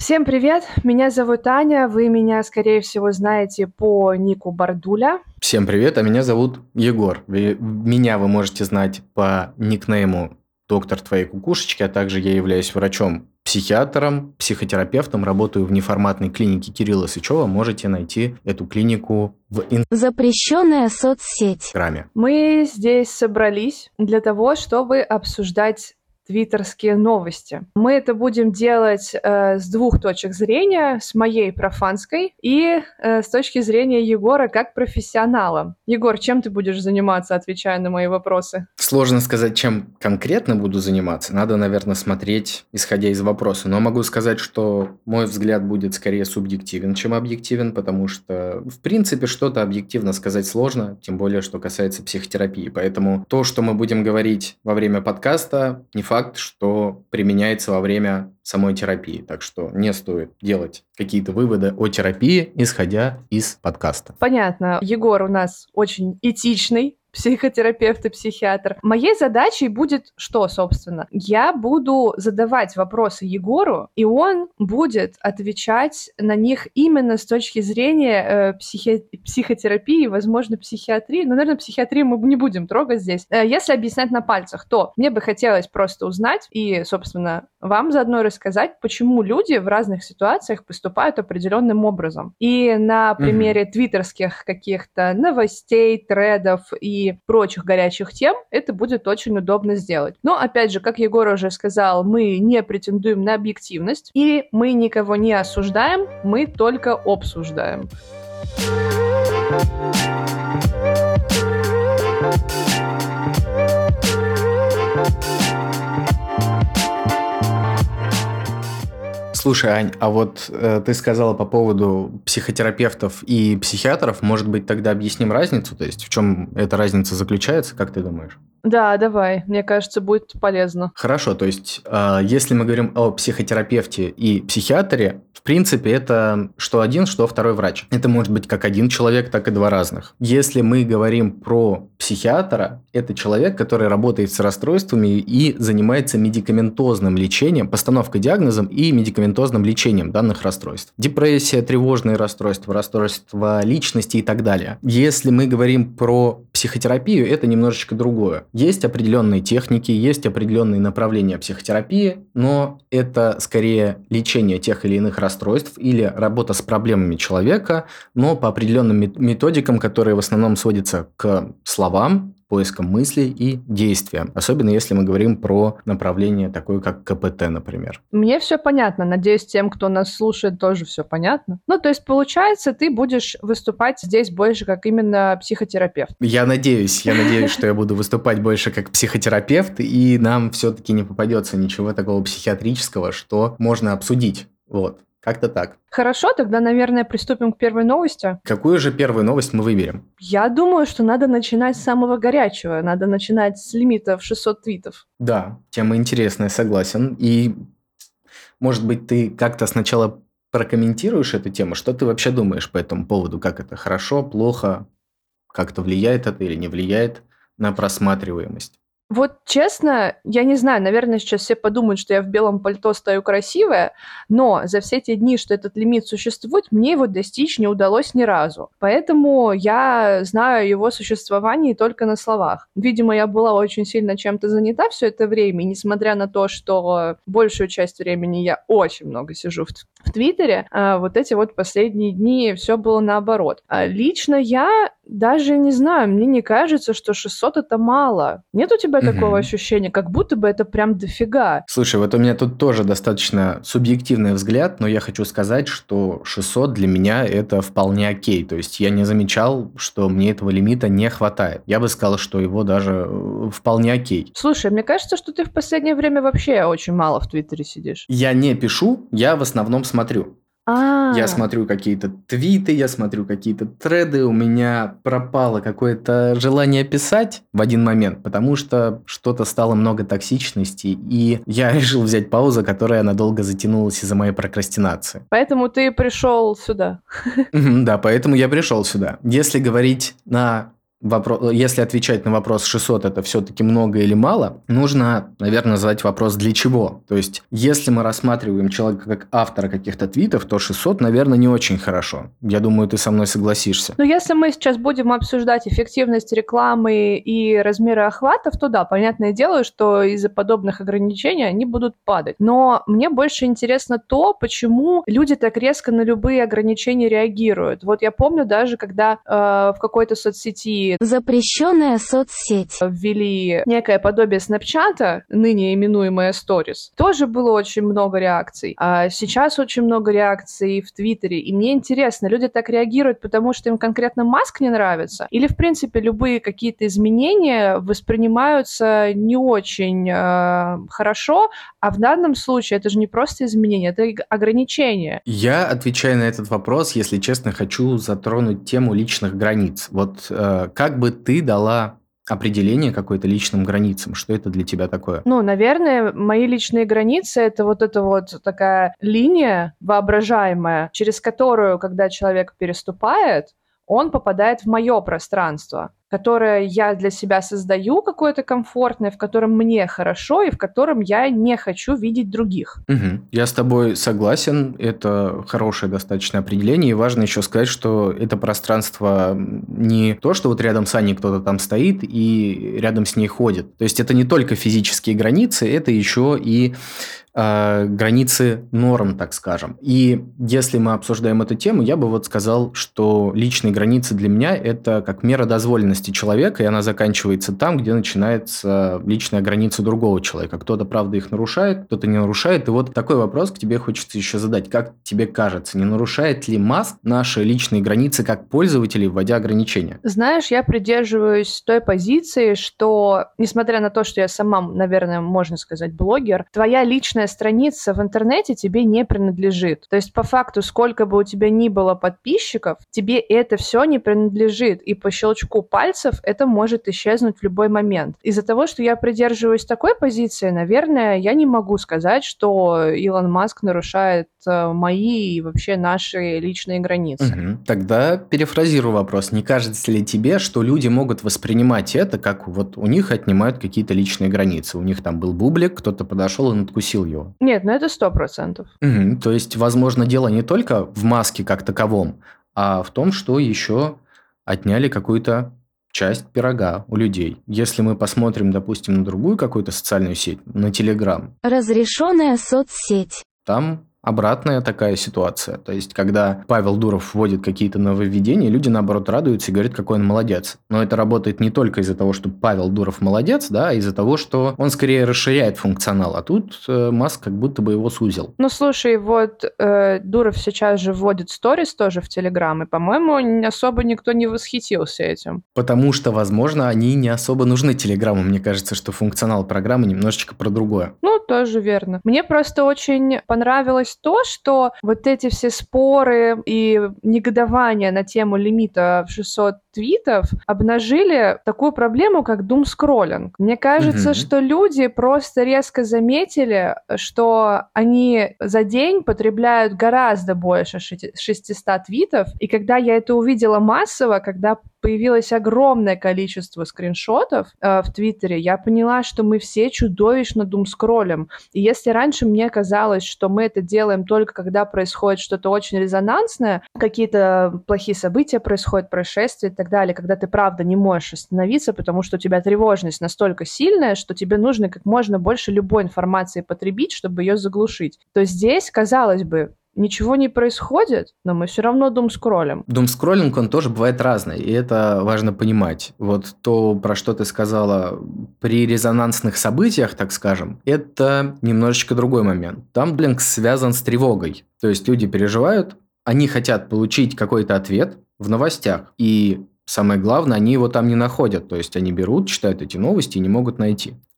Всем привет, меня зовут Аня, вы меня, скорее всего, знаете по нику Бардуля. Всем привет, а меня зовут Егор. Меня вы можете знать по никнейму «Доктор твоей кукушечки», а также я являюсь врачом-психиатром, психотерапевтом, работаю в неформатной клинике Кирилла Сычева. Можете найти эту клинику в Запрещенная соцсеть. Инстаграме. Мы здесь собрались для того, чтобы обсуждать твиттерские новости. Мы это будем делать с двух точек зрения, с моей профанской и с точки зрения Егора как профессионала. Егор, чем ты будешь заниматься, отвечая на мои вопросы? Сложно сказать, чем конкретно буду заниматься. Надо, наверное, смотреть, исходя из вопроса. Но могу сказать, что мой взгляд будет скорее субъективен, чем объективен, потому что, в принципе, что-то объективно сказать сложно, тем более, что касается психотерапии. Поэтому то, что мы будем говорить во время подкаста, не факт, что применяется во время самой терапии. Так что не стоит делать какие-то выводы о терапии, исходя из подкаста. Понятно. Егор у нас очень этичный психотерапевт и психиатр. Моей задачей будет что, собственно? Я буду задавать вопросы Егору, и он будет отвечать на них именно с точки зрения психотерапии, возможно, психиатрии. Но, наверное, психиатрию мы не будем трогать здесь. Если объяснять на пальцах, то мне бы хотелось просто узнать и, собственно, вам заодно рассказать, почему люди в разных ситуациях поступают определенным образом. И на примере твиттерских каких-то новостей, тредов и прочих горячих тем это будет очень удобно сделать. Но, опять же, как Егор уже сказал, мы не претендуем на объективность, и мы никого не осуждаем, мы только обсуждаем. Слушай, Ань, а вот ты сказала по поводу психотерапевтов и психиатров, может быть, тогда объясним разницу? То есть в чем эта разница заключается, как ты думаешь? Да, давай, мне кажется, будет полезно. Хорошо, то есть если мы говорим о психотерапевте и психиатре, в принципе, это что один, что второй врач. Это может быть как один человек, так и два разных. Если мы говорим про психиатра, это человек, который работает с расстройствами и занимается медикаментозным лечением, постановкой диагнозом и медикаментозным лечением данных расстройств. Депрессия, тревожные расстройства, расстройства личности и так далее. Если мы говорим про психотерапию, это немножечко другое. Есть определенные техники, есть определенные направления психотерапии, но это скорее лечение тех или иных расстройств или работа с проблемами человека, но по определенным методикам, которые в основном сводятся к словам, поиском мыслей и действиям. Особенно если мы говорим про направление такое, как КПТ, например. Мне все понятно. Надеюсь, тем, кто нас слушает, тоже все понятно. Ну, то есть, получается, ты будешь выступать здесь больше как именно психотерапевт. Я надеюсь, что я буду выступать больше как психотерапевт, и нам все-таки не попадется ничего такого психиатрического, что можно обсудить. Вот. Как-то так. Хорошо, тогда, наверное, приступим к первой новости. Какую же первую новость мы выберем? Я думаю, что надо начинать с самого горячего. Надо начинать с лимита в 600 твитов. Да, тема интересная, согласен. И, может быть, ты как-то сначала прокомментируешь эту тему? Что ты вообще думаешь по этому поводу? Как это? Хорошо, плохо? Как-то влияет это или не влияет на просматриваемость? Вот честно, я не знаю, наверное, сейчас все подумают, что я в белом пальто стою красивая, но за все те дни, что этот лимит существует, мне его достичь не удалось ни разу. Поэтому я знаю его существование только на словах. Видимо, я была очень сильно чем-то занята все это время, и несмотря на то, что большую часть времени я очень много сижу в Твиттере, вот эти вот последние дни все было наоборот. Лично я даже не знаю, мне не кажется, что 600 это мало. Нет у тебя такого ощущения, как будто бы это прям дофига? Слушай, вот у меня тут тоже достаточно субъективный взгляд, но я хочу сказать, что 600 для меня это вполне окей. То есть я не замечал, что мне этого лимита не хватает. Я бы сказал, что его даже вполне окей. Слушай, мне кажется, что ты в последнее время вообще очень мало в Твиттере сидишь. Я не пишу, я в основном смотрю. Я смотрю какие-то твиты, я смотрю какие-то треды, у меня пропало какое-то желание писать в один момент, потому что что-то стало много токсичности, и я решил взять паузу, которая надолго затянулась из-за моей прокрастинации. Поэтому ты пришел сюда. Да, поэтому я пришел сюда. Если говорить на если отвечать на вопрос 600 это все-таки много или мало, нужно, наверное, задать вопрос для чего. То есть, если мы рассматриваем человека как автора каких-то твитов, то 600, наверное, не очень хорошо. Я думаю, ты со мной согласишься. Но если мы сейчас будем обсуждать эффективность рекламы и размеры охватов, то да, понятное дело, что из-за подобных ограничений они будут падать. Но мне больше интересно то, почему люди так резко на любые ограничения реагируют. Вот я помню даже, когда в какой-то соцсети Запрещенная соцсеть. ввели некое подобие Снэпчата, ныне именуемое Stories, тоже было очень много реакций. А сейчас очень много реакций в Твиттере. И мне интересно, люди так реагируют, потому что им конкретно Маск не нравится? Или, в принципе, любые какие-то изменения воспринимаются не очень хорошо, а в данном случае это же не просто изменения, это ограничения. Я, отвечая на этот вопрос, если честно, хочу затронуть тему личных границ. Вот как бы ты дала определение какой-то личным границам? Что это для тебя такое? Ну, наверное, мои личные границы — это вот эта вот такая линия воображаемая, через которую, когда человек переступает, он попадает в мое пространство, которое я для себя создаю какое-то комфортное, в котором мне хорошо и в котором я не хочу видеть других. Угу. Я с тобой согласен, это хорошее достаточно определение, и важно еще сказать, что это пространство не то, что вот рядом с Аней кто-то там стоит и рядом с ней ходит. То есть это не только физические границы, это еще и границы норм, так скажем. И если мы обсуждаем эту тему, я бы вот сказал, что личные границы для меня – это как мера дозволенности человека, и она заканчивается там, где начинается личная граница другого человека. Кто-то, правда, их нарушает, кто-то не нарушает. И вот такой вопрос к тебе хочется еще задать. Как тебе кажется, не нарушает ли Маск наши личные границы как пользователи, вводя ограничения? Знаешь, я придерживаюсь той позиции, что, несмотря на то, что я сама, наверное, можно сказать, блогер, твоя личная страница в интернете тебе не принадлежит. То есть, по факту, сколько бы у тебя ни было подписчиков, тебе это все не принадлежит, и по щелчку пальцев это может исчезнуть в любой момент. Из-за того, что я придерживаюсь такой позиции, наверное, я не могу сказать, что Илон Маск нарушает мои и вообще наши личные границы. Угу. Тогда перефразирую вопрос. Не кажется ли тебе, что люди могут воспринимать это, как вот у них отнимают какие-то личные границы? У них там был бублик, кто-то подошел и надкусил его. Нет, ну это 100%. Угу. То есть, возможно, дело не только в Маске как таковом, а в том, что еще отняли какую-то часть пирога у людей. Если мы посмотрим, допустим, на другую какую-то социальную сеть, на Телеграм. Разрешенная соцсеть. Там обратная такая ситуация. То есть, когда Павел Дуров вводит какие-то нововведения, люди, наоборот, радуются и говорят, какой он молодец. Но это работает не только из-за того, что Павел Дуров молодец, да, а из-за того, что он скорее расширяет функционал, а тут Маск как будто бы его сузил. Ну, слушай, вот Дуров сейчас же вводит сторис тоже в Телеграм, и, по-моему, особо никто не восхитился этим. Потому что, возможно, они не особо нужны Телеграму. Мне кажется, что функционал программы немножечко про другое. Ну, тоже верно. Мне просто очень понравилось то, что вот эти все споры и негодования на тему лимита в 600 твитов обнажили такую проблему, как думскроллинг. Мне кажется, что люди просто резко заметили, что они за день потребляют гораздо больше 600 твитов, и когда я это увидела массово, когда появилось огромное количество скриншотов в Твиттере, я поняла, что мы все чудовищно думскроллим. И если раньше мне казалось, что мы это делаем только когда происходит что-то очень резонансное, какие-то плохие события происходят, происшествия и так далее, когда ты правда не можешь остановиться, потому что у тебя тревожность настолько сильная, что тебе нужно как можно больше любой информации потребить, чтобы ее заглушить, то здесь, казалось бы, ничего не происходит, но мы все равно думскроллим. Думскроллинг, он тоже бывает разный, и это важно понимать. Вот то, про что ты сказала, при резонансных событиях, так скажем, это немножечко другой момент. Дамблинг связан с тревогой. То есть люди переживают, они хотят получить какой-то ответ в новостях, и самое главное, они его там не находят. То есть они берут, читают эти новости и не могут найти.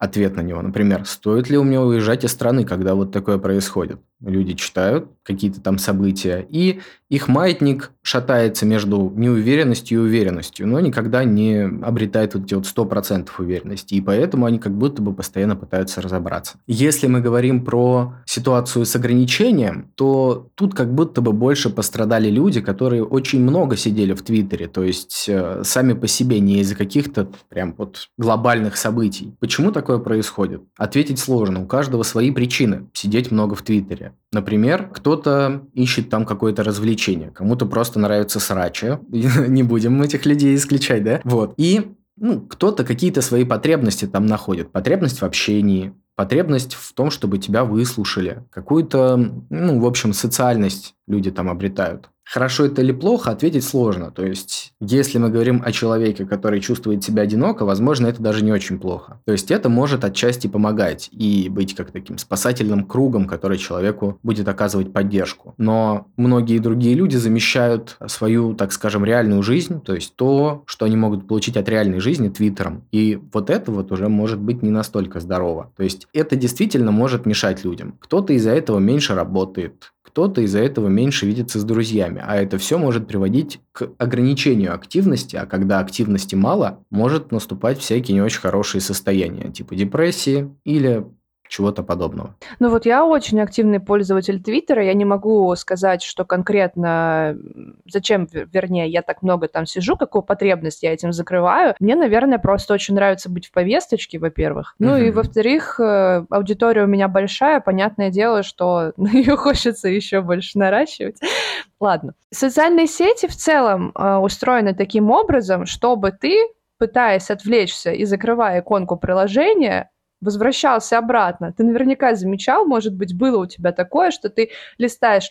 ответ на него. Например, стоит ли у меня уезжать из страны, когда вот такое происходит? Люди читают какие-то там события, и их маятник шатается между неуверенностью и уверенностью, но никогда не обретает вот эти вот 100% уверенности, и поэтому они как будто бы постоянно пытаются разобраться. Если мы говорим про ситуацию с ограничением, то тут как будто бы больше пострадали люди, которые очень много сидели в Твиттере, то есть сами по себе, не из-за каких-то прям вот глобальных событий. Почему такое происходит? Ответить сложно, у каждого свои причины сидеть много в Твиттере. Например, кто-то ищет там какое-то развлечение, кому-то просто нравится срачи, не будем этих людей исключать, да? Вот. И кто-то какие-то свои потребности там находит. Потребность в общении, потребность в том, чтобы тебя выслушали. Какую-то, в общем, социальность люди там обретают. Хорошо это или плохо, ответить сложно. То есть, если мы говорим о человеке, который чувствует себя одиноко, возможно, это даже не очень плохо. То есть, это может отчасти помогать и быть как таким спасательным кругом, который человеку будет оказывать поддержку. Но многие другие люди замещают свою, так скажем, реальную жизнь, то есть то, что они могут получить от реальной жизни, Твиттером. И вот это вот уже может быть не настолько здорово. То есть, это действительно может мешать людям. Кто-то из-за этого меньше работает, кто-то из-за этого меньше видится с друзьями, а это все может приводить к ограничению активности, а когда активности мало, может наступать всякие не очень хорошие состояния, типа депрессии или чего-то подобного. Ну вот я очень активный пользователь Твиттера, я не могу сказать, что конкретно, зачем, вернее, я так много там сижу, какую потребность я этим закрываю. Мне, наверное, просто очень нравится быть в повесточке, во-первых. Ну и, во-вторых, аудитория у меня большая, понятное дело, что ее хочется еще больше наращивать. Ладно. Социальные сети в целом устроены таким образом, чтобы ты, пытаясь отвлечься и закрывая иконку приложения, возвращался обратно. Ты наверняка замечал, может быть, было у тебя такое, что ты листаешь,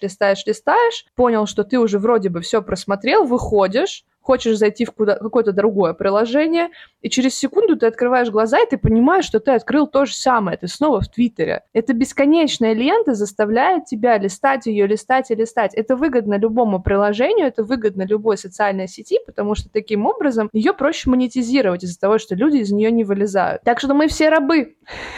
понял, что ты уже вроде бы все просмотрел, выходишь, хочешь зайти в какое-то другое приложение, и через секунду ты открываешь глаза, и ты понимаешь, что ты открыл то же самое, ты снова в Твиттере. Эта бесконечная лента заставляет тебя листать ее, листать и листать. Это выгодно любому приложению, это выгодно любой социальной сети, потому что таким образом ее проще монетизировать из-за того, что люди из нее не вылезают. Так что мы все рабы.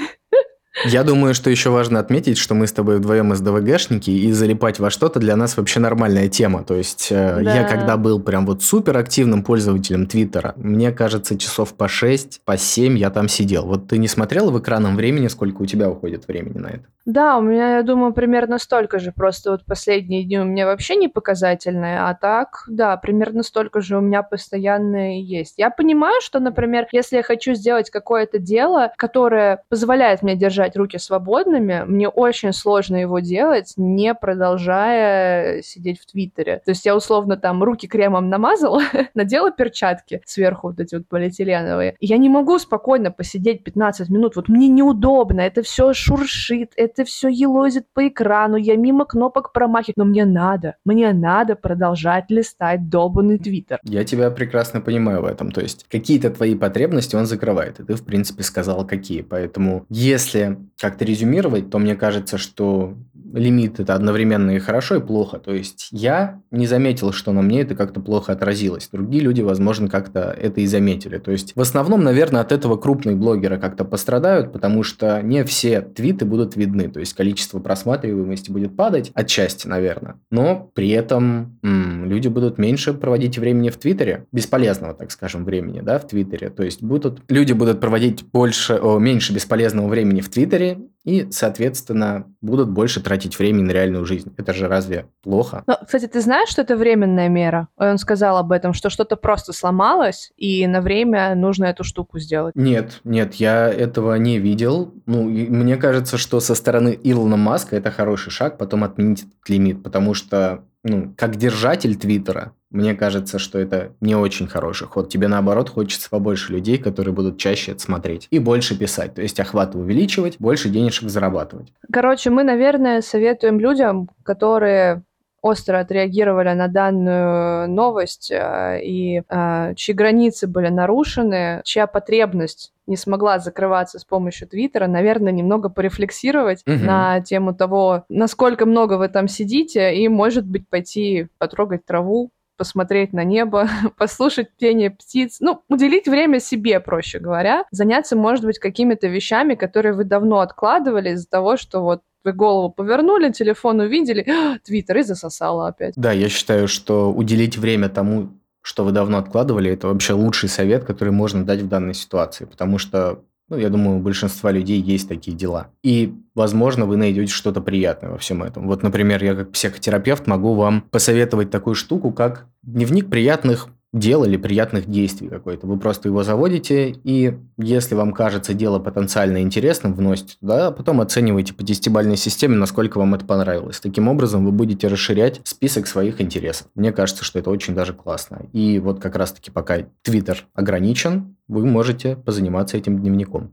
Я думаю, что еще важно отметить, что мы с тобой вдвоем СДВГшники, и залипать во что-то для нас вообще нормальная тема. То есть я когда был прям вот супер активным пользователем Твиттера, мне кажется, часов по 6, по 7 я там сидел. Вот ты не смотрела в экранном времени, сколько у тебя уходит времени на это? Да, у меня, я думаю, примерно столько же. Просто вот последние дни у меня вообще не показательные, а так, да, примерно столько же у меня постоянно есть. Я понимаю, что, например, если я хочу сделать какое-то дело, которое позволяет мне держать руки свободными, мне очень сложно его делать, не продолжая сидеть в Твиттере. То есть я условно там руки кремом намазала, надела перчатки сверху вот эти вот полиэтиленовые, и я не могу спокойно посидеть 15 минут. Вот мне неудобно, это все шуршит, это все елозит по экрану, я мимо кнопок промахиваю, но мне надо продолжать листать долбанный Твиттер. Я тебя прекрасно понимаю в этом, то есть какие-то твои потребности он закрывает, и ты, в принципе, сказал, какие, поэтому если как-то резюмировать, то мне кажется, что лимит – это одновременно и хорошо, и плохо. То есть я не заметил, что на мне это как-то плохо отразилось. Другие люди, возможно, как-то это и заметили. То есть в основном, наверное, от этого крупные блогеры как-то пострадают, потому что не все твиты будут видны. То есть количество просматриваемости будет падать, отчасти, наверное. Но при этом люди будут меньше проводить времени в Твиттере, бесполезного, так скажем, времени, да, в Твиттере. То есть люди будут проводить меньше бесполезного времени в Твиттере, и, соответственно, будут больше тратить времени на реальную жизнь. Это же разве плохо? Ну, кстати, ты знаешь, что это временная мера? Он сказал об этом, что что-то просто сломалось, и на время нужно эту штуку сделать. Нет, я этого не видел. Мне кажется, что со стороны Илона Маска это хороший шаг, потом отменить этот лимит, потому что, как держатель Твиттера, мне кажется, что это не очень хороший ход. Тебе, наоборот, хочется побольше людей, которые будут чаще это смотреть. И больше писать. То есть, охваты увеличивать, больше денежек зарабатывать. Короче, мы, наверное, советуем людям, которые остро отреагировали на данную новость и чьи границы были нарушены, чья потребность не смогла закрываться с помощью Твиттера, наверное, немного порефлексировать на тему того, насколько много вы там сидите, и, может быть, пойти потрогать траву, посмотреть на небо, послушать пение птиц, ну, уделить время себе, проще говоря, заняться, может быть, какими-то вещами, которые вы давно откладывали из-за того, что вот вы голову повернули, телефон увидели, Твиттер и засосало опять. Да, я считаю, что уделить время тому, что вы давно откладывали, это вообще лучший совет, который можно дать в данной ситуации, потому что, ну, я думаю, у большинства людей есть такие дела. И, возможно, вы найдете что-то приятное во всем этом. Вот, например, я как психотерапевт могу вам посоветовать такую штуку, как дневник приятных дел или приятных действий какой-то. Вы просто его заводите, и если вам кажется дело потенциально интересным, вносите туда, а потом оцениваете по 10-бальной системе, насколько вам это понравилось. Таким образом, вы будете расширять список своих интересов. Мне кажется, что это очень даже классно. И вот как раз-таки пока Twitter ограничен, вы можете позаниматься этим дневником.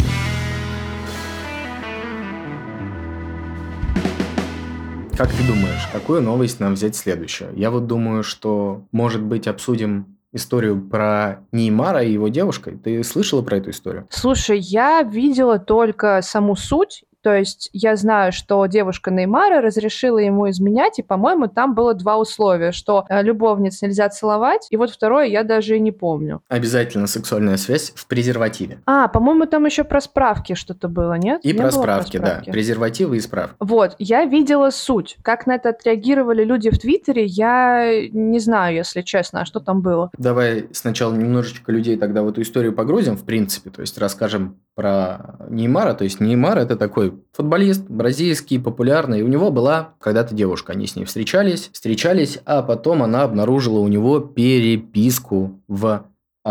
Как ты думаешь, какую новость нам взять следующую? Я вот думаю, что, может быть, обсудим историю про Неймара и его девушкой. Ты слышала про эту историю? Слушай, я видела только саму суть. То есть я знаю, что девушка Неймара разрешила ему изменять, и, по-моему, там было 2 условия, что любовниц нельзя целовать, и вот второе я даже и не помню. Обязательно сексуальная связь в презервативе. По-моему, там еще про справки что-то было, нет? И Не про было справки, да. Презервативы и справки. Вот, я видела суть. Как на это отреагировали люди в Твиттере, я не знаю, если честно, а что там было. Давай сначала немножечко людей тогда в эту историю погрузим, в принципе, то есть расскажем про Неймара. То есть Неймар – это такой футболист бразильский, популярный. И у него была когда-то девушка. Они с ней встречались, а потом она обнаружила у него переписку в...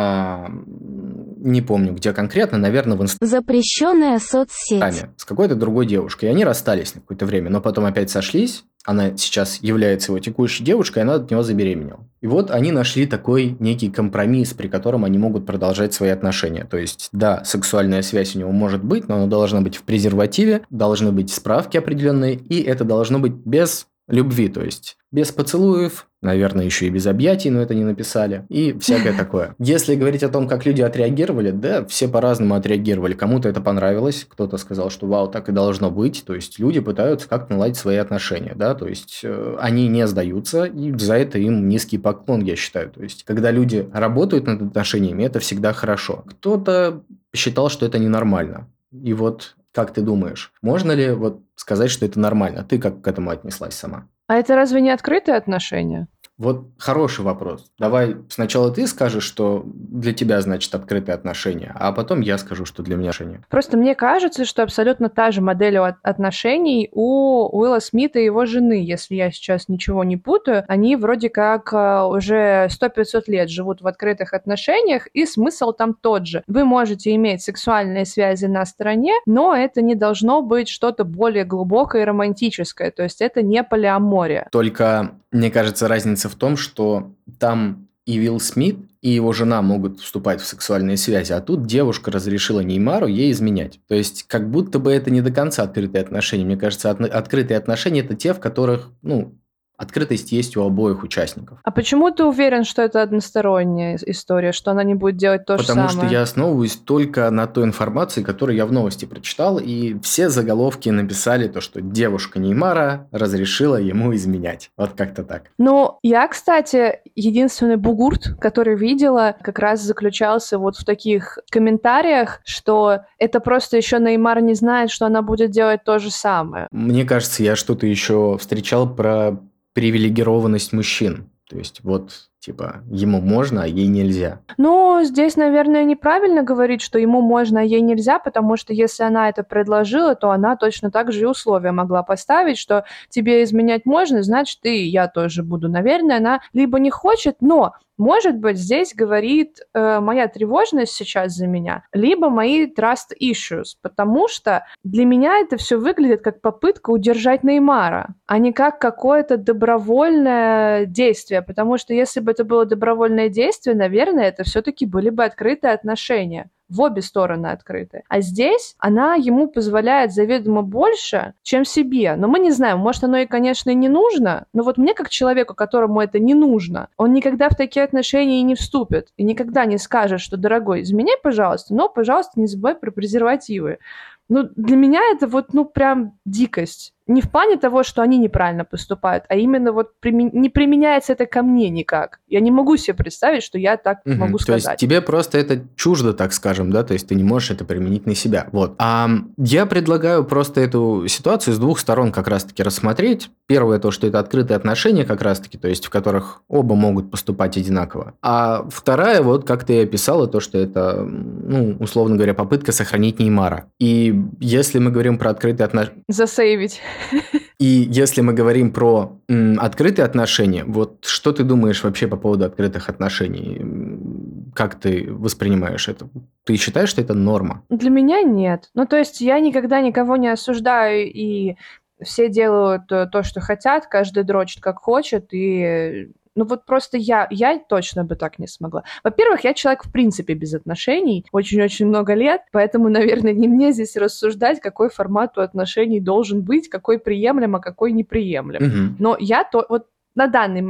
не помню, где конкретно, наверное, в Инстаграме. Запрещенная соцсеть. С какой-то другой девушкой. И они расстались на какое-то время, но потом опять сошлись. Она сейчас является его текущей девушкой, и она от него забеременела. И вот они нашли такой некий компромисс, при котором они могут продолжать свои отношения. То есть, да, сексуальная связь у него может быть, но она должна быть в презервативе, должны быть справки определенные, и это должно быть без любви, то есть без поцелуев, наверное, еще и без объятий, но это не написали, и всякое такое. Если говорить о том, как люди отреагировали, да, все по-разному отреагировали. Кому-то это понравилось, кто-то сказал, что вау, так и должно быть, то есть люди пытаются как-то наладить свои отношения, да, то есть они не сдаются, и за это им низкий поклон, я считаю. То есть когда люди работают над отношениями, это всегда хорошо. Кто-то считал, что это ненормально. И вот как ты думаешь, можно ли вот сказать, что это нормально? Ты как к этому отнеслась сама? А это разве не открытые отношения? Вот хороший вопрос. Давай сначала ты скажешь, что для тебя значит открытые отношения, а потом я скажу, что для меня отношения. Просто мне кажется, что абсолютно та же модель отношений у Уилла Смита и его жены, если я сейчас ничего не путаю. Они вроде как уже 100-500 лет живут в открытых отношениях, и смысл там тот же. Вы можете иметь сексуальные связи на стороне, но это не должно быть что-то более глубокое и романтическое, то есть это не полиамория. Только, мне кажется, разница в том, что там и Уилл Смит, и его жена могут вступать в сексуальные связи, а тут девушка разрешила Неймару ей изменять. То есть, как будто бы это не до конца открытые отношения. Мне кажется, открытые отношения – это те, в которых, открытость есть у обоих участников. А почему ты уверен, что это односторонняя история, что она не будет делать то же самое? Потому что я основываюсь только на той информации, которую я в новости прочитал, и все заголовки написали то, что девушка Неймара разрешила ему изменять. Вот как-то так. Я, кстати, единственный бугурт, который видела, как раз заключался вот в таких комментариях, что это просто еще Неймар не знает, что она будет делать то же самое. Мне кажется, я что-то еще встречал про привилегированность мужчин. То есть ему можно, а ей нельзя. Здесь, наверное, неправильно говорить, что ему можно, а ей нельзя, потому что если она это предложила, то она точно так же и условия могла поставить, что тебе изменять можно, значит, и я тоже буду. Наверное, она либо не хочет, но, может быть, здесь говорит моя тревожность сейчас за меня, либо мои trust issues, потому что для меня это все выглядит как попытка удержать Неймара, а не как какое-то добровольное действие, потому что если бы это было добровольное действие, наверное, это все-таки были бы открытые отношения. В обе стороны открыты. А здесь она ему позволяет заведомо больше, чем себе. Но мы не знаем, может, оно и, конечно, и не нужно, но вот мне, как человеку, которому это не нужно, он никогда в такие отношения и не вступит, и никогда не скажет, что, дорогой, изменяй, пожалуйста, но, пожалуйста, не забывай про презервативы. Для меня это прям дикость. не в плане того, что они неправильно поступают, а именно вот не применяется это ко мне никак. Я не могу себе представить, что я так могу сказать. То есть тебе просто это чуждо, так скажем, да? То есть ты не можешь это применить на себя. Вот. А я предлагаю просто эту ситуацию с двух сторон как раз-таки рассмотреть. Первое то, что это открытые отношения как раз-таки, то есть в которых оба могут поступать одинаково. А вторая, вот как ты описала, то, что это, ну, условно говоря, попытка сохранить Неймара. И если мы говорим про открытые отношения... Засейвить. И если мы говорим про открытые отношения, вот что ты думаешь вообще по поводу открытых отношений? Как ты воспринимаешь это? Ты считаешь, что это норма? Для меня нет. Ну, то есть я никогда никого не осуждаю, и все делают то, что хотят, каждый дрочит, как хочет, и... Ну вот просто я точно бы так не смогла. Во-первых, я человек в принципе без отношений очень-очень много лет, поэтому, наверное, не мне здесь рассуждать, какой формат у отношений должен быть, какой приемлем, а какой неприемлем. Угу. Но вот на данный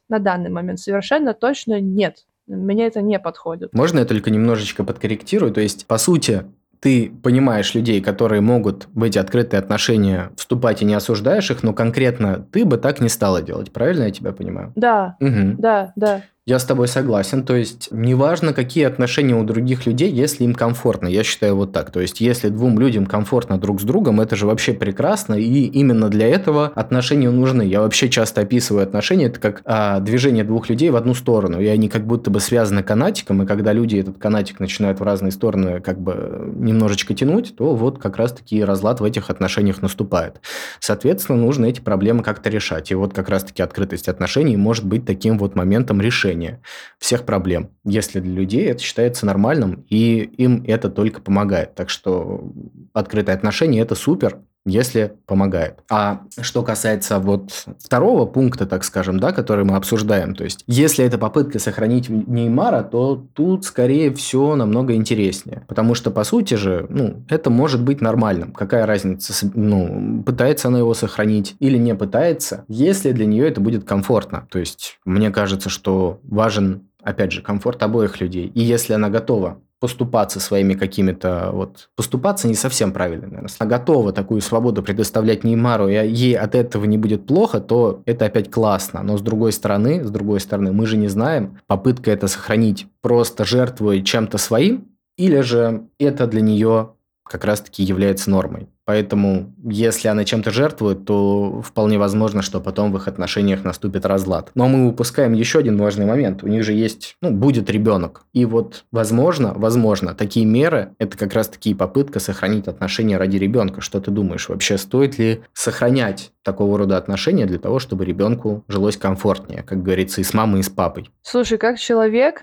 момент совершенно точно нет. Мне это не подходит. Можно я только немножечко подкорректирую? То есть, по сути, ты понимаешь людей, которые могут в эти открытые отношения вступать и не осуждаешь их, но конкретно ты бы так не стала делать. Правильно я тебя понимаю? Да, да. Я с тобой согласен. То есть, неважно, какие отношения у других людей, если им комфортно. Я считаю вот так. То есть, если двум людям комфортно друг с другом, это же вообще прекрасно. И именно для этого отношения нужны. Я вообще часто описываю отношения, это как движение двух людей в одну сторону. И они как будто бы связаны канатиком. И когда люди этот канатик начинают в разные стороны как бы немножечко тянуть, то вот как раз-таки разлад в этих отношениях наступает. Соответственно, нужно эти проблемы как-то решать. И вот как раз-таки открытость отношений может быть таким вот моментом решения всех проблем. Если для людей это считается нормальным, и им это только помогает. Так что открытые отношения – это супер, если помогает. А что касается вот второго пункта, так скажем, да, который мы обсуждаем, то есть если это попытка сохранить Неймара, то тут скорее все намного интереснее. Потому что, по сути же, это может быть нормальным. Какая разница, пытается она его сохранить или не пытается, если для нее это будет комфортно. То есть мне кажется, что важен, опять же, комфорт обоих людей. И если она готова поступаться своими какими-то... Поступаться не совсем правильно, наверное. Если она готова такую свободу предоставлять Неймару, и ей от этого не будет плохо, то это опять классно. Но с другой стороны, мы же не знаем, попытка это сохранить, просто жертвуя чем-то своим, или же это для нее как раз-таки является нормой. Поэтому, если она чем-то жертвует, то вполне возможно, что потом в их отношениях наступит разлад. Но мы упускаем еще один важный момент. У них же есть, будет ребенок. И вот, возможно, такие меры – это как раз-таки попытка сохранить отношения ради ребенка. Что ты думаешь, вообще стоит ли сохранять такого рода отношения для того, чтобы ребенку жилось комфортнее, как говорится, и с мамой, и с папой? Слушай, как человек,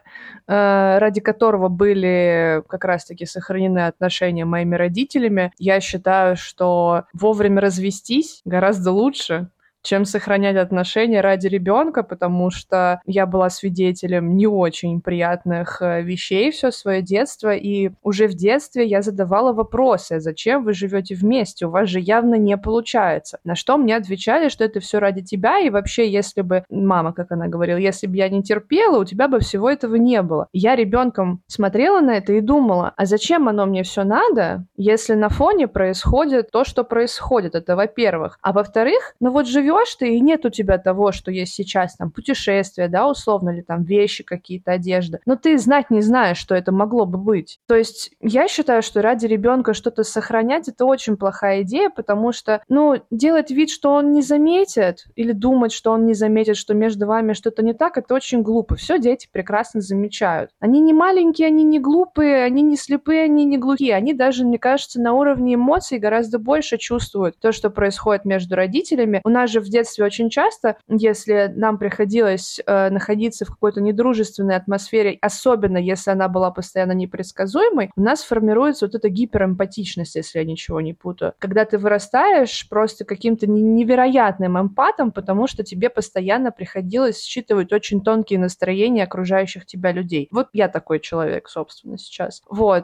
ради которого были как раз-таки сохранены отношения моими родителями, я считаю, что вовремя развестись гораздо лучше, чем сохранять отношения ради ребенка, потому что я была свидетелем не очень приятных вещей все свое детство, и уже в детстве я задавала вопросы: зачем вы живете вместе, у вас же явно не получается. На что мне отвечали, что это все ради тебя, и вообще, если бы, мама, как она говорила, если бы я не терпела, у тебя бы всего этого не было. Я ребенком смотрела на это и думала, а зачем оно мне все надо, если на фоне происходит то, что происходит, это во-первых. А во-вторых, живешь ты, и нет у тебя того, что есть сейчас, там, путешествия, да, условно, или там вещи какие-то, одежда. Но ты знать не знаешь, что это могло бы быть. То есть я считаю, что ради ребенка что-то сохранять — это очень плохая идея, потому что, делать вид, что он не заметит, или думать, что он не заметит, что между вами что-то не так, это очень глупо. Все дети прекрасно замечают. Они не маленькие, они не глупые, они не слепые, они не глухие. Они даже, мне кажется, на уровне эмоций гораздо больше чувствуют то, что происходит между родителями. У нас же в детстве очень часто, если нам приходилось находиться в какой-то недружественной атмосфере, особенно если она была постоянно непредсказуемой, у нас формируется вот эта гиперэмпатичность, если я ничего не путаю. Когда ты вырастаешь просто каким-то невероятным эмпатом, потому что тебе постоянно приходилось считывать очень тонкие настроения окружающих тебя людей. Вот я такой человек, собственно, сейчас.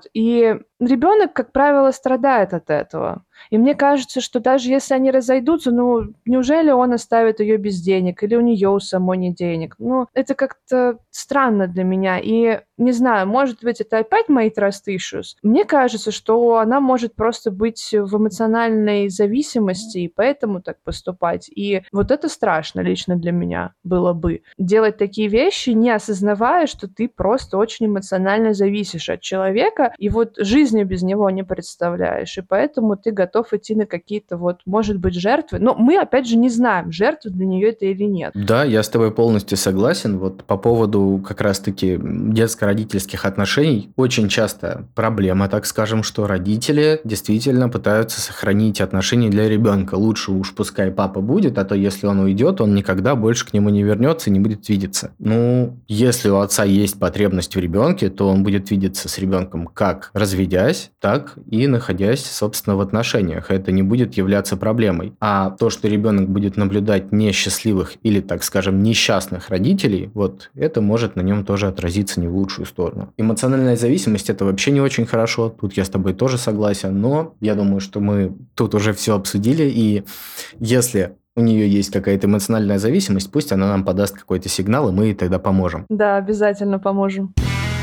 И ребенок, как правило, страдает от этого. И мне кажется, что даже если они разойдутся, неужели он оставит ее без денег, или у нее у самой нет денег? Это как-то странно для меня. И не знаю, может быть, это опять мои trust issues. Мне кажется, что она может просто быть в эмоциональной зависимости и поэтому так поступать. И вот это страшно лично для меня было бы. Делать такие вещи, не осознавая, что ты просто очень эмоционально зависишь от человека, и вот жизни без него не представляешь. И поэтому ты готов идти на какие-то вот, может быть, жертвы. Но мы, опять же, не знаем, жертвы для нее это или нет. Да, я с тобой полностью согласен. Вот по поводу как раз-таки детско-родительских отношений очень часто проблема, так скажем, что родители действительно пытаются сохранить отношения для ребенка. Лучше уж пускай папа будет, а то если он уйдет, он никогда больше к нему не вернется и не будет видеться. Ну, если у отца есть потребность в ребенке, то он будет видеться с ребенком как разведясь, так и находясь, собственно, в отношениях. Это не будет являться проблемой. А то, что ребенок будет наблюдать несчастливых или, так скажем, несчастных родителей, вот это может на нем тоже отразиться не в лучшую сторону. Эмоциональная зависимость – это вообще не очень хорошо. Тут я с тобой тоже согласен, но я думаю, что мы тут уже все обсудили, и если у нее есть какая-то эмоциональная зависимость, пусть она нам подаст какой-то сигнал, и мы ей тогда поможем. Да, обязательно поможем.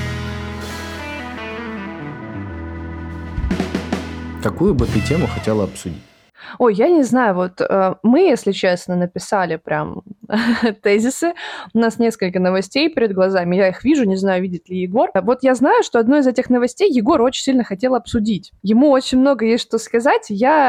Какую бы ты тему хотела обсудить? Ой, я не знаю, вот мы, если честно, написали прям тезисы. У нас несколько новостей перед глазами. Я их вижу, не знаю, видит ли Егор. Вот я знаю, что одну из этих новостей Егор очень сильно хотел обсудить. Ему очень много есть что сказать.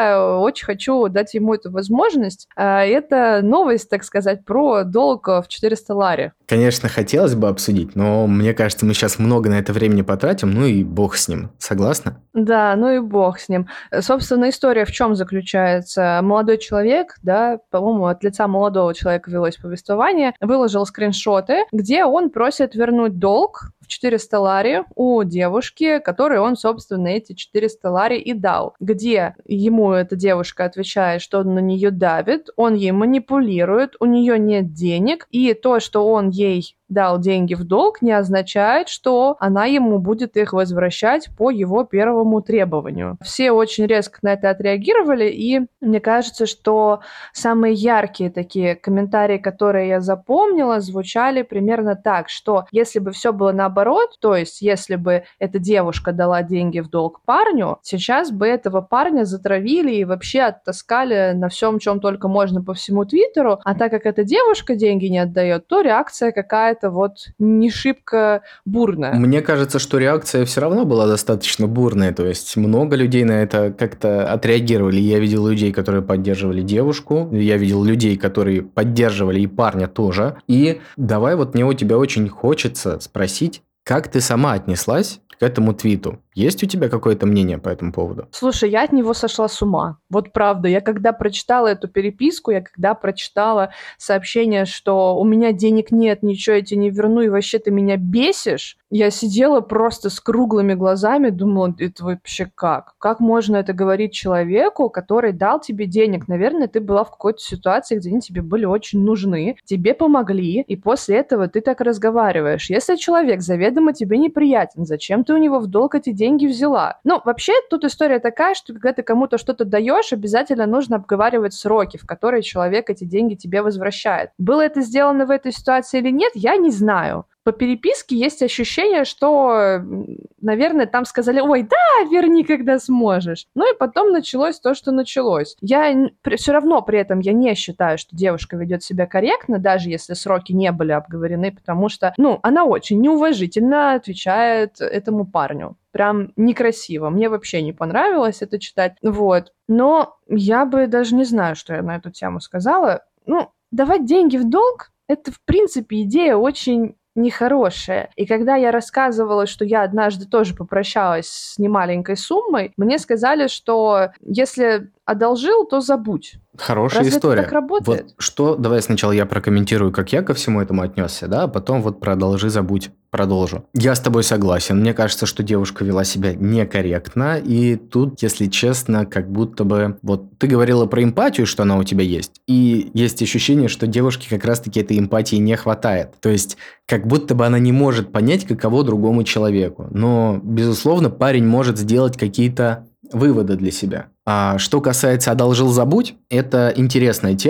Я очень хочу дать ему эту возможность. Это новость, так сказать, про долг в 400 лари. Конечно, хотелось бы обсудить, но мне кажется, мы сейчас много на это времени потратим, ну и бог с ним. Согласна? Да, ну и бог с ним. Собственно, история в чем заключается? Молодой человек, да, по-моему, от лица молодого человека велось повествование, выложил скриншоты, где он просит вернуть долг в 400 лари у девушки, которой он, собственно, эти 400 лари и дал. Где ему эта девушка отвечает, что он на нее давит, он ей манипулирует, у нее нет денег, и то, что он ей дал деньги в долг, не означает, что она ему будет их возвращать по его первому требованию. Все очень резко на это отреагировали, и мне кажется, что самые яркие такие комментарии, которые я запомнила, звучали примерно так, что если бы все было наоборот, то есть если бы эта девушка дала деньги в долг парню, сейчас бы этого парня затравили и вообще оттаскали на всем, чем только можно по всему Твиттеру, а так как эта девушка деньги не отдает, то реакция какая-то вот не шибко бурная. Мне кажется, что реакция все равно была достаточно бурная, то есть много людей на это как-то отреагировали. Я видел людей, которые поддерживали девушку, я видел людей, которые поддерживали и парня тоже. И давай вот мне у тебя очень хочется спросить, как ты сама отнеслась к этому твиту? Есть у тебя какое-то мнение по этому поводу? Слушай, я от него сошла с ума. Вот правда. Я когда прочитала эту переписку, я когда прочитала сообщение, что у меня денег нет, ничего я тебе не верну, и вообще ты меня бесишь, я сидела просто с круглыми глазами, думала, это вообще как? Как можно это говорить человеку, который дал тебе денег? Наверное, ты была в какой-то ситуации, где они тебе были очень нужны, тебе помогли, и после этого ты так разговариваешь. Если человек заведомо тебе неприятен, зачем ты у него в долг эти деньги взяла? Ну, вообще, тут история такая, что когда ты кому-то что-то даешь, обязательно нужно обговаривать сроки, в которые человек эти деньги тебе возвращает. Было это сделано в этой ситуации или нет, я не знаю. По переписке есть ощущение, что, наверное, там сказали, ой, да, верни, когда сможешь. Ну и потом началось то, что началось. Я все равно при этом я не считаю, что девушка ведет себя корректно, даже если сроки не были обговорены, потому что, ну, она очень неуважительно отвечает этому парню. Прям некрасиво. Мне вообще не понравилось это читать. Вот. Но я бы даже не знаю, что я на эту тему сказала. Ну, давать деньги в долг — это, в принципе, идея очень нехорошая. И когда я рассказывала, что я однажды тоже попрощалась с немаленькой суммой, мне сказали, что если одолжил, то забудь. Хорошая Разве история. это так работает? Вот что, давай сначала я прокомментирую, как я ко всему этому отнесся, да, а потом вот продолжи, забудь, продолжу. Я с тобой согласен. Мне кажется, что девушка вела себя некорректно, и тут, если честно, как будто бы... Вот ты говорила про эмпатию, что она у тебя есть, и есть ощущение, что девушке как раз-таки этой эмпатии не хватает. То есть, как будто бы она не может понять, каково другому человеку. Но, безусловно, парень может сделать какие-то выводы для себя. А что касается «одолжил, забудь», это интересная тема.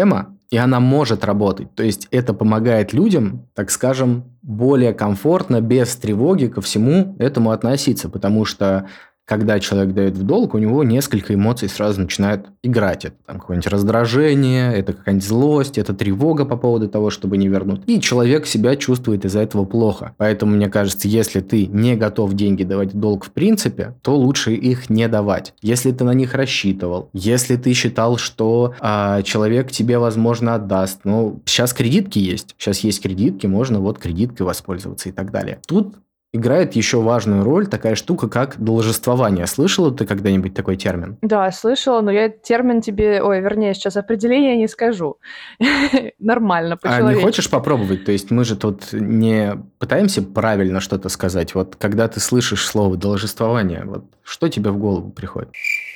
И она может работать. То есть это помогает людям, так скажем, более комфортно, без тревоги ко всему этому относиться. Потому что когда человек дает в долг, у него несколько эмоций сразу начинают играть. Это там какое-нибудь раздражение, это какая-нибудь злость, это тревога по поводу того, чтобы не вернуть. И человек себя чувствует из-за этого плохо. Поэтому, мне кажется, если ты не готов деньги давать в долг в принципе, то лучше их не давать. Если ты на них рассчитывал, если ты считал, что человек тебе, возможно, отдаст. Ну, сейчас кредитки есть. Сейчас есть кредитки, можно вот кредиткой воспользоваться и так далее. Тут играет еще важную роль такая штука, как должествование. Слышала ты когда-нибудь такой термин? Да, слышала, но я термин тебе... вернее, сейчас определение не скажу. Нормально, по-человечески. А не хочешь попробовать? То есть мы же тут не пытаемся правильно что-то сказать. Вот когда ты слышишь слово должествование, вот что тебе в голову приходит?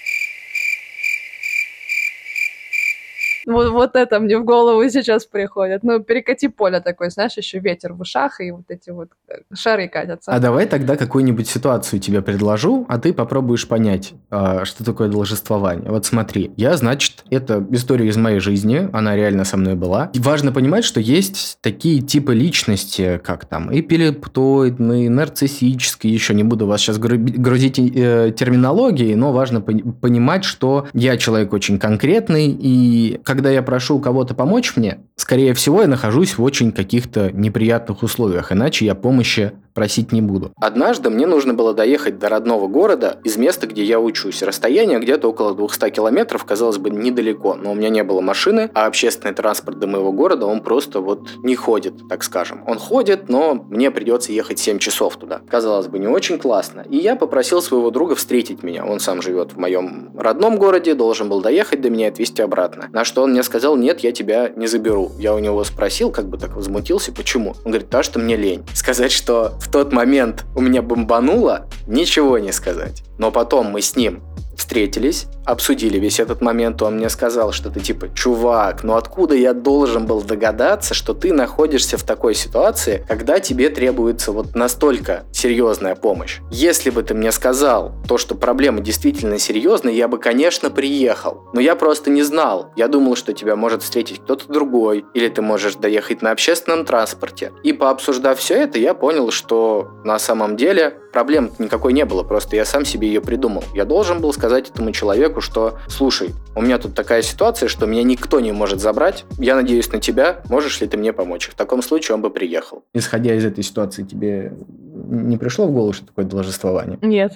Вот это мне в голову сейчас приходит. Ну, перекати поле такой, знаешь, еще ветер в ушах, и вот эти вот шары катятся. А давай тогда какую-нибудь ситуацию тебе предложу, а ты попробуешь понять, что такое должествование. Вот смотри, значит, это история из моей жизни, она реально со мной была. И важно понимать, что есть такие типы личности, как там эпилептоидные, нарциссические, еще не буду вас сейчас грузить терминологией, но важно понимать, что я человек очень конкретный, и когда я прошу кого-то помочь мне, скорее всего, я нахожусь в очень каких-то неприятных условиях, иначе я помощи просить не буду. Однажды мне нужно было доехать до родного города из места, где я учусь. Расстояние где-то около 200 километров, казалось бы, недалеко, но у меня не было машины, а общественный транспорт до моего города, он просто вот не ходит, так скажем. Он ходит, но мне придется ехать 7 часов туда. Казалось бы, не очень классно. И я попросил своего друга встретить меня. Он сам живет в моем родном городе, должен был доехать до меня и отвезти обратно. На что он мне сказал: нет, я тебя не заберу. Я у него спросил, как бы так возмутился, почему? Он говорит: да, что мне лень. Сказать, что в тот момент у меня бомбануло, ничего не сказать. Но потом мы с ним встретились, обсудили весь этот момент, он мне сказал что-то типа: чувак, ну откуда я должен был догадаться, что ты находишься в такой ситуации, когда тебе требуется вот настолько серьезная помощь? Если бы ты мне сказал то, что проблема действительно серьезная, я бы, конечно, приехал. Но я просто не знал. Я думал, что тебя может встретить кто-то другой, или ты можешь доехать на общественном транспорте. И пообсуждав все это, я понял, что на самом деле проблем никакой не было, просто я сам себе ее придумал. Я должен был сказать этому человеку, что: слушай, у меня тут такая ситуация, что меня никто не может забрать, я надеюсь на тебя, можешь ли ты мне помочь? В таком случае он бы приехал. Исходя из этой ситуации, тебе не пришло в голову, что такое должествование? Нет.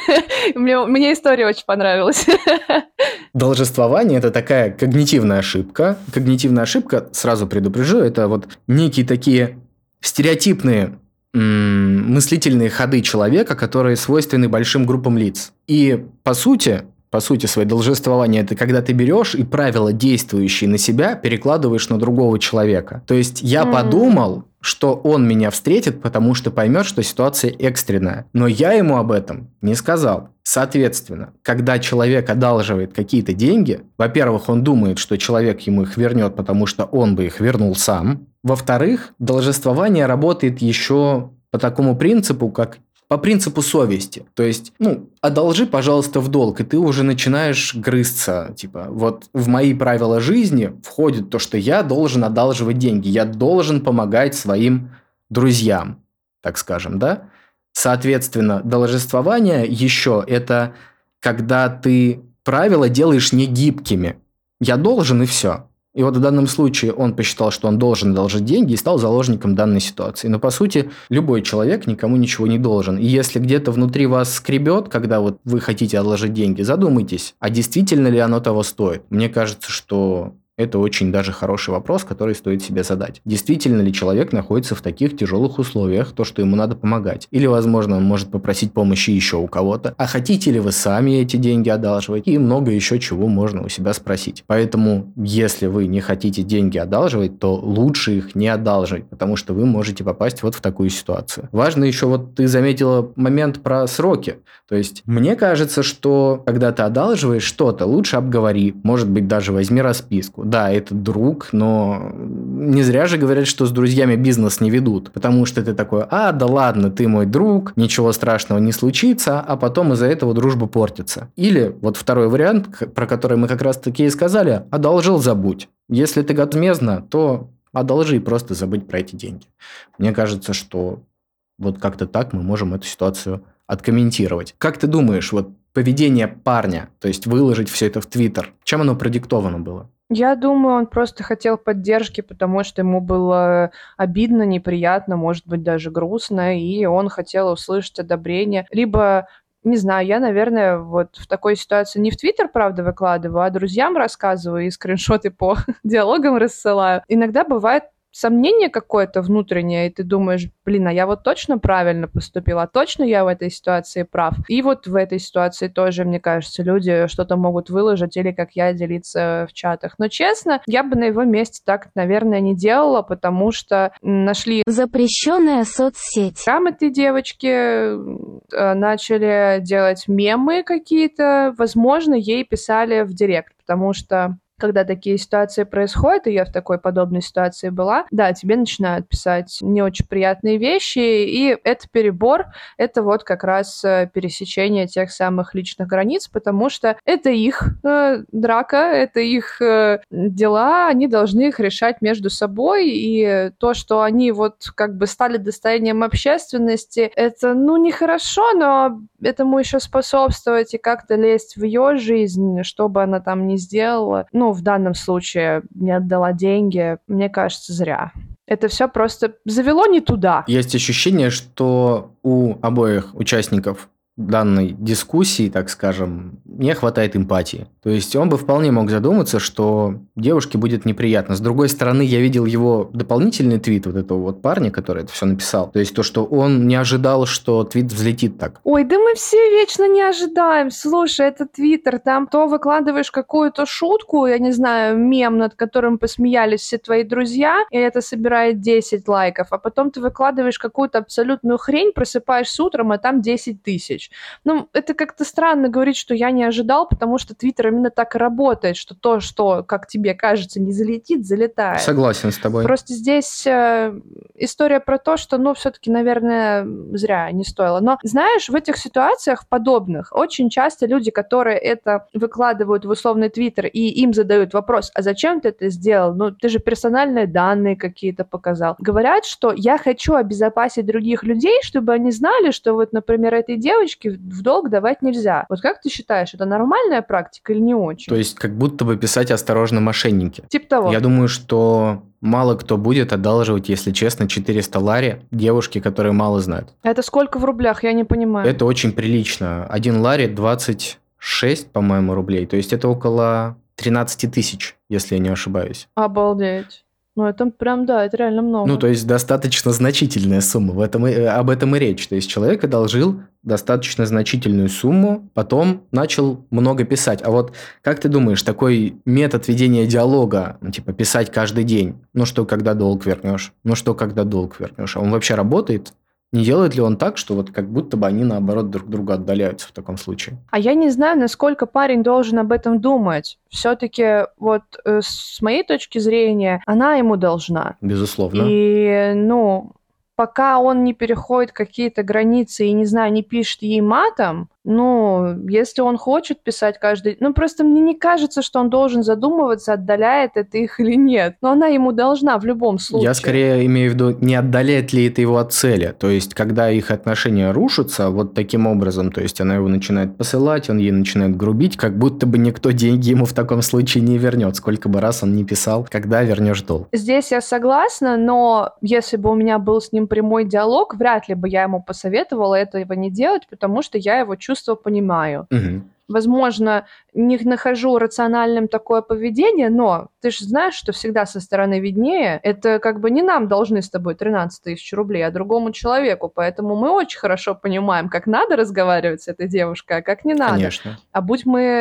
Мне история очень понравилась. Должествование – это такая когнитивная ошибка. Когнитивная ошибка, сразу предупрежу, это вот некие такие стереотипные мыслительные ходы человека, которые свойственны большим группам лиц. И по сути своей должествование – это когда ты берешь и правила, действующие на себя, перекладываешь на другого человека. То есть я подумал, что он меня встретит, потому что поймет, что ситуация экстренная. Но я ему об этом не сказал. Соответственно, когда человек одалживает какие-то деньги, во-первых, он думает, что человек ему их вернет, потому что он бы их вернул сам. Во-вторых, должествование работает еще по такому принципу, как по принципу совести. То есть, одолжи, пожалуйста, в долг, и ты уже начинаешь грызться. Типа, вот в мои правила жизни входит то, что я должен одалживать деньги, я должен помогать своим друзьям, так скажем, да? Соответственно, должествование еще это когда ты правила делаешь негибкими. Я должен, и все. И вот в данном случае он посчитал, что он должен одолжить деньги и стал заложником данной ситуации. Но по сути любой человек никому ничего не должен. И если где-то внутри вас скребет, когда вот вы хотите одолжить деньги, задумайтесь, а действительно ли оно того стоит. Мне кажется, что это очень даже хороший вопрос, который стоит себе задать. Действительно ли человек находится в таких тяжелых условиях, то, что ему надо помогать? Или, возможно, он может попросить помощи еще у кого-то. А хотите ли вы сами эти деньги одалживать? И много еще чего можно у себя спросить. Поэтому, если вы не хотите деньги одалживать, то лучше их не одалживать, потому что вы можете попасть вот в такую ситуацию. Важно еще, вот ты заметила момент про сроки. То есть, мне кажется, что когда ты одалживаешь что-то, лучше обговори, может быть, даже возьми расписку. да, это друг, но не зря же говорят, что с друзьями бизнес не ведут, потому что ты такой, да ладно, ты мой друг, ничего страшного не случится, а потом из-за этого дружба портится. Или вот второй вариант, про который мы как раз-таки и сказали, одолжил, забудь. Если ты безвозмездно, то одолжи и просто забыть про эти деньги. Мне кажется, что вот как-то так мы можем эту ситуацию откомментировать. Как ты думаешь, вот поведение парня, то есть выложить все это в Твиттер, чем оно продиктовано было? Я думаю, он просто хотел поддержки, потому что ему было обидно, неприятно, может быть, даже грустно, и он хотел услышать одобрение. Либо, не знаю, я, наверное, вот в такой ситуации не в Твиттер, правда, выкладываю, а друзьям рассказываю и скриншоты по диалогам рассылаю. Иногда бывает сомнение какое-то внутреннее, и ты думаешь, блин, а я вот точно правильно поступила, точно я в этой ситуации прав. И вот в этой ситуации тоже, мне кажется, люди что-то могут выложить или, как я, делиться в чатах. Но, честно, я бы на его месте так, наверное, не делала, потому что нашли запрещенная соцсеть. грамотные девочки, начали делать мемы какие-то, возможно, ей писали в директ, потому что когда такие ситуации происходят, и я в такой подобной ситуации была, да, тебе начинают писать не очень приятные вещи, и это перебор, это вот как раз пересечение тех самых личных границ, потому что это их драка, это их дела, они должны их решать между собой, и то, что они вот как бы стали достоянием общественности, это, нехорошо, но этому еще способствовать и как-то лезть в ее жизнь, что бы она там ни сделала, в данном случае не отдала деньги, мне кажется, зря. Это все просто завело не туда. Есть ощущение, что у обоих участников данной дискуссии, так скажем, не хватает эмпатии. То есть он бы вполне мог задуматься, что девушке будет неприятно. С другой стороны, я видел его дополнительный твит вот этого вот парня, который это все написал. То есть то, что он не ожидал, что твит взлетит так. Ой, да мы все вечно не ожидаем. Слушай, это Твиттер, там то выкладываешь какую-то шутку, я не знаю, мем, над которым посмеялись все твои друзья, и это собирает 10 лайков, а потом ты выкладываешь какую-то абсолютную хрень, просыпаешься утром, а там 10 тысяч. Это как-то странно говорить, что я не ожидал, потому что Твиттер именно так и работает, что то, что, как тебе кажется, не залетит, залетает. Согласен с тобой. Просто здесь история про то, что, все-таки, наверное, зря не стоило. Но, знаешь, в этих ситуациях подобных очень часто люди, которые это выкладывают в условный Твиттер, и им задают вопрос, а зачем ты это сделал? Ты же персональные данные какие-то показал. Говорят, что я хочу обезопасить других людей, чтобы они знали, что вот, например, этой девочке в долг давать нельзя. Вот как ты считаешь, это нормальная практика или не очень? То есть как будто бы писать осторожно мошенники. Типа того. Я думаю, что мало кто будет одалживать, если честно, 400 лари девушке, которую мало знают. Это сколько в рублях? Я не понимаю. Это очень прилично. 1 лари 26, по-моему, рублей. То есть это около 13 тысяч, если я не ошибаюсь. Обалдеть. Это прям, да, это реально много. То есть достаточно значительная сумма. Об этом и речь. То есть человек одолжил достаточно значительную сумму, потом начал много писать. А вот как ты думаешь, такой метод ведения диалога, типа писать каждый день, что когда долг вернешь, а он вообще работает? Не делает ли он так, что вот как будто бы они, наоборот, друг друга отдаляются в таком случае? А я не знаю, насколько парень должен об этом думать. Все-таки вот с моей точки зрения, она ему должна. Безусловно. И, пока он не переходит какие-то границы и, не знаю, не пишет ей матом, если он хочет писать каждый... просто мне не кажется, что он должен задумываться, отдаляет это их или нет. Но она ему должна в любом случае. Я скорее имею в виду, не отдаляет ли это его от цели. То есть, когда их отношения рушатся вот таким образом, то есть, она его начинает посылать, он ей начинает грубить, как будто бы никто деньги ему в таком случае не вернет, сколько бы раз он не писал, когда вернешь долг. Здесь я согласна, но если бы у меня был с ним прямой диалог, вряд ли бы я ему посоветовала этого не делать, потому что я его чувства понимаю. Угу. Возможно, не нахожу рациональным такое поведение, но ты же знаешь, что всегда со стороны виднее. Это как бы не нам должны с тобой 13 тысяч рублей, а другому человеку. Поэтому мы очень хорошо понимаем, как надо разговаривать с этой девушкой, а как не надо. Конечно. А будь мы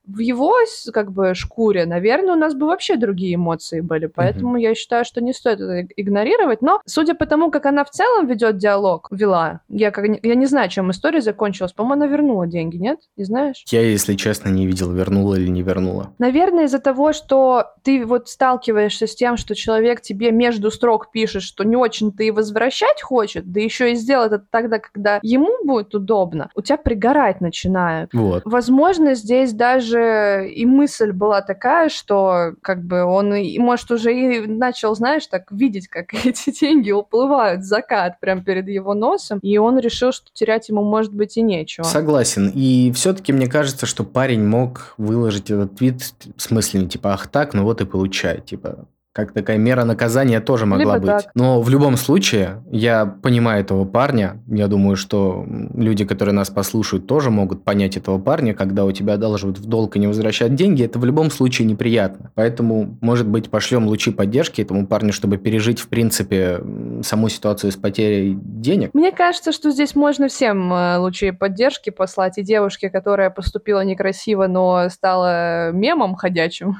в его как бы шкуре, наверное, у нас бы вообще другие эмоции были. Поэтому я считаю, что не стоит это игнорировать. Но судя по тому, как она в целом вела, я не знаю, чем история закончилась. По-моему, она вернула деньги, нет? Не знаешь? Я, если честно, не видел, вернула или не вернула. Наверное, из-за того, что ты вот сталкиваешься с тем, что человек тебе между строк пишет, что не очень-то и возвращать хочет, да еще и сделать это тогда, когда ему будет удобно, у тебя пригорать начинает. Вот. Возможно, здесь даже и мысль была такая, что как бы он, может, уже и начал, знаешь, так видеть, как эти деньги уплывают в закат прямо перед его носом, и он решил, что терять ему, может быть, и нечего. Согласен. И все-таки мне кажется, что парень мог выложить этот твит с мыслями, типа, ах так, ну вот и получай, типа... Как такая мера наказания тоже могла Либо быть. так. Но в любом случае, я понимаю этого парня. Я думаю, что люди, которые нас послушают, тоже могут понять этого парня. Когда у тебя одалживают в долг и не возвращают деньги, это в любом случае неприятно. Поэтому, может быть, пошлем лучи поддержки этому парню, чтобы пережить, в принципе, саму ситуацию с потерей денег. Мне кажется, что здесь можно всем лучи поддержки послать. И девушке, которая поступила некрасиво, но стала мемом ходячим.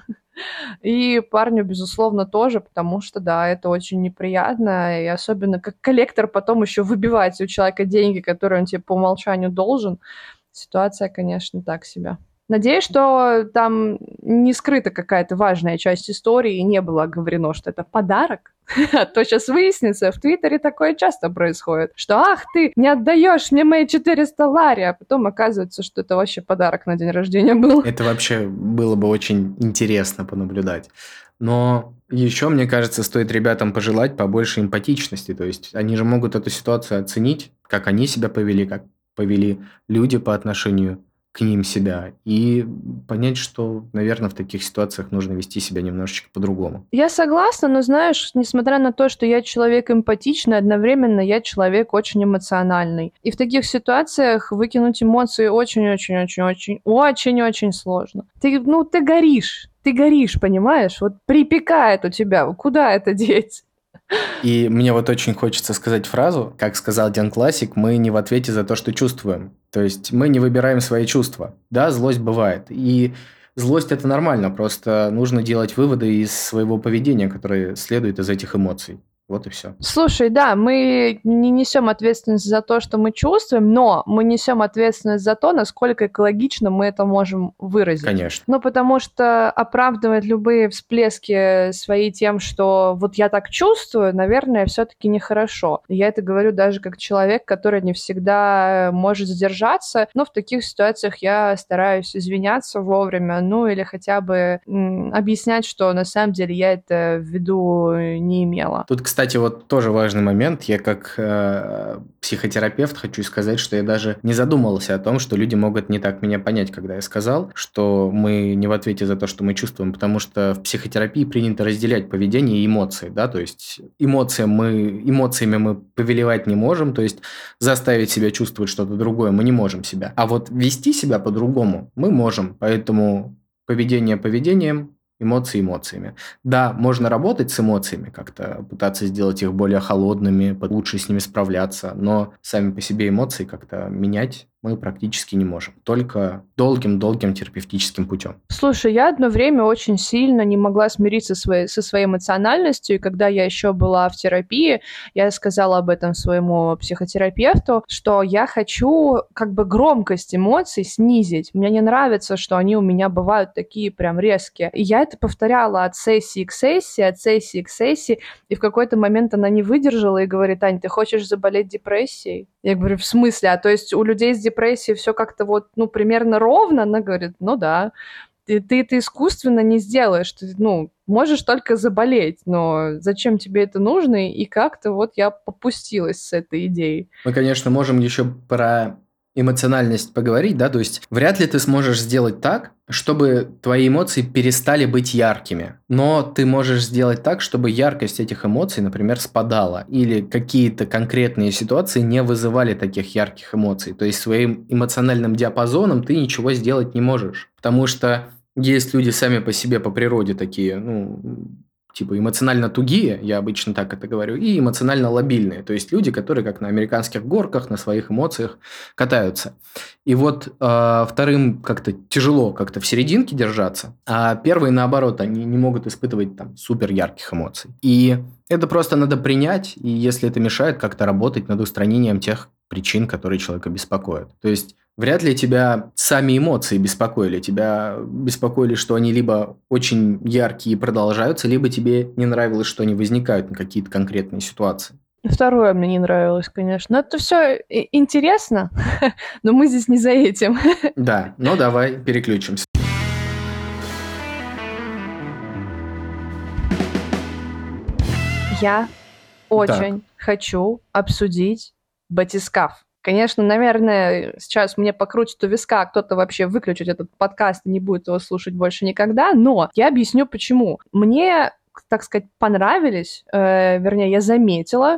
И парню, безусловно, тоже, потому что, да, это очень неприятно, и особенно как коллектор потом еще выбивать у человека деньги, которые он тебе по умолчанию должен. Ситуация, конечно, так себе. Надеюсь, что там не скрыта какая-то важная часть истории, и не было оговорено, что это подарок. А то сейчас выяснится, в Твиттере такое часто происходит, что «ах ты, не отдаешь мне мои 400 лари», а потом оказывается, что это вообще подарок на день рождения был. Это вообще было бы очень интересно понаблюдать. Но еще, мне кажется, стоит ребятам пожелать побольше эмпатичности. То есть они же могут эту ситуацию оценить, как они себя повели, как повели люди по отношению к ним себя, и понять, что, наверное, в таких ситуациях нужно вести себя немножечко по-другому. Я согласна, но знаешь, несмотря на то, что я человек эмпатичный, одновременно я человек очень эмоциональный. И в таких ситуациях выкинуть эмоции очень-очень-очень-очень-очень сложно. Ты горишь, понимаешь? Вот припекает у тебя, куда это деть? И мне вот очень хочется сказать фразу, как сказал Дэн Классик, мы не в ответе за то, что чувствуем. То есть мы не выбираем свои чувства. Да, злость бывает. И злость – это нормально, просто нужно делать выводы из своего поведения, которые следуют из этих эмоций. Вот и все. Слушай, да, мы не несем ответственность за то, что мы чувствуем, но мы несем ответственность за то, насколько экологично мы это можем выразить. Конечно. Ну, потому что оправдывать любые всплески свои тем, что вот я так чувствую, наверное, все-таки нехорошо. Я это говорю даже как человек, который не всегда может сдержаться, но в таких ситуациях я стараюсь извиняться вовремя, ну, или хотя бы объяснять, что на самом деле я это в виду не имела. Тут, кстати, вот тоже важный момент. Я как психотерапевт хочу сказать, что я даже не задумывался о том, что люди могут не так меня понять, когда я сказал, что мы не в ответе за то, что мы чувствуем, потому что в психотерапии принято разделять поведение и эмоции, да, то есть эмоциями мы повелевать не можем, то есть заставить себя чувствовать что-то другое мы не можем себя, а вот вести себя по-другому мы можем, поэтому поведение поведением, эмоции эмоциями. Да, можно работать с эмоциями, как-то пытаться сделать их более холодными, лучше с ними справляться, но сами по себе эмоции как-то менять мы практически не можем. Только долгим-долгим терапевтическим путем. Слушай, я одно время очень сильно не могла смириться со своей эмоциональностью, и когда я еще была в терапии, я сказала об этом своему психотерапевту, что я хочу как бы громкость эмоций снизить. Мне не нравится, что они у меня бывают такие прям резкие. И я это повторяла от сессии к сессии, и в какой-то момент она не выдержала и говорит: «Ань, ты хочешь заболеть депрессией?» Я говорю: в смысле? А то есть у людей с депрессией все как-то вот, примерно ровно? Она говорит: ну да. Ты это искусственно не сделаешь. Ты, можешь только заболеть, но зачем тебе это нужно? И как-то вот я попустилась с этой идеей. Мы, конечно, можем еще про эмоциональность поговорить, да, то есть вряд ли ты сможешь сделать так, чтобы твои эмоции перестали быть яркими, но ты можешь сделать так, чтобы яркость этих эмоций, например, спадала, или какие-то конкретные ситуации не вызывали таких ярких эмоций, то есть своим эмоциональным диапазоном ты ничего сделать не можешь, потому что есть люди сами по себе, по природе такие, типа эмоционально тугие, я обычно так это говорю, и эмоционально лобильные. То есть люди, которые как на американских горках на своих эмоциях катаются. И вот вторым как-то тяжело как-то в серединке держаться, а первые, наоборот, они не могут испытывать там супер ярких эмоций. И это просто надо принять, и если это мешает, как-то работать над устранением тех причин, которые человека беспокоят. То есть вряд ли тебя сами эмоции беспокоили. Тебя беспокоили, что они либо очень яркие и продолжаются, либо тебе не нравилось, что они возникают на какие-то конкретные ситуации. Второе мне не нравилось, конечно. Это все интересно, но мы здесь не за этим. Да, ну давай переключимся. Я очень хочу обсудить батискаф. Конечно, наверное, сейчас мне покрутит у виска, а кто-то вообще выключит этот подкаст и не будет его слушать больше никогда, но я объясню, почему. Мне, так сказать, понравились, вернее, я заметила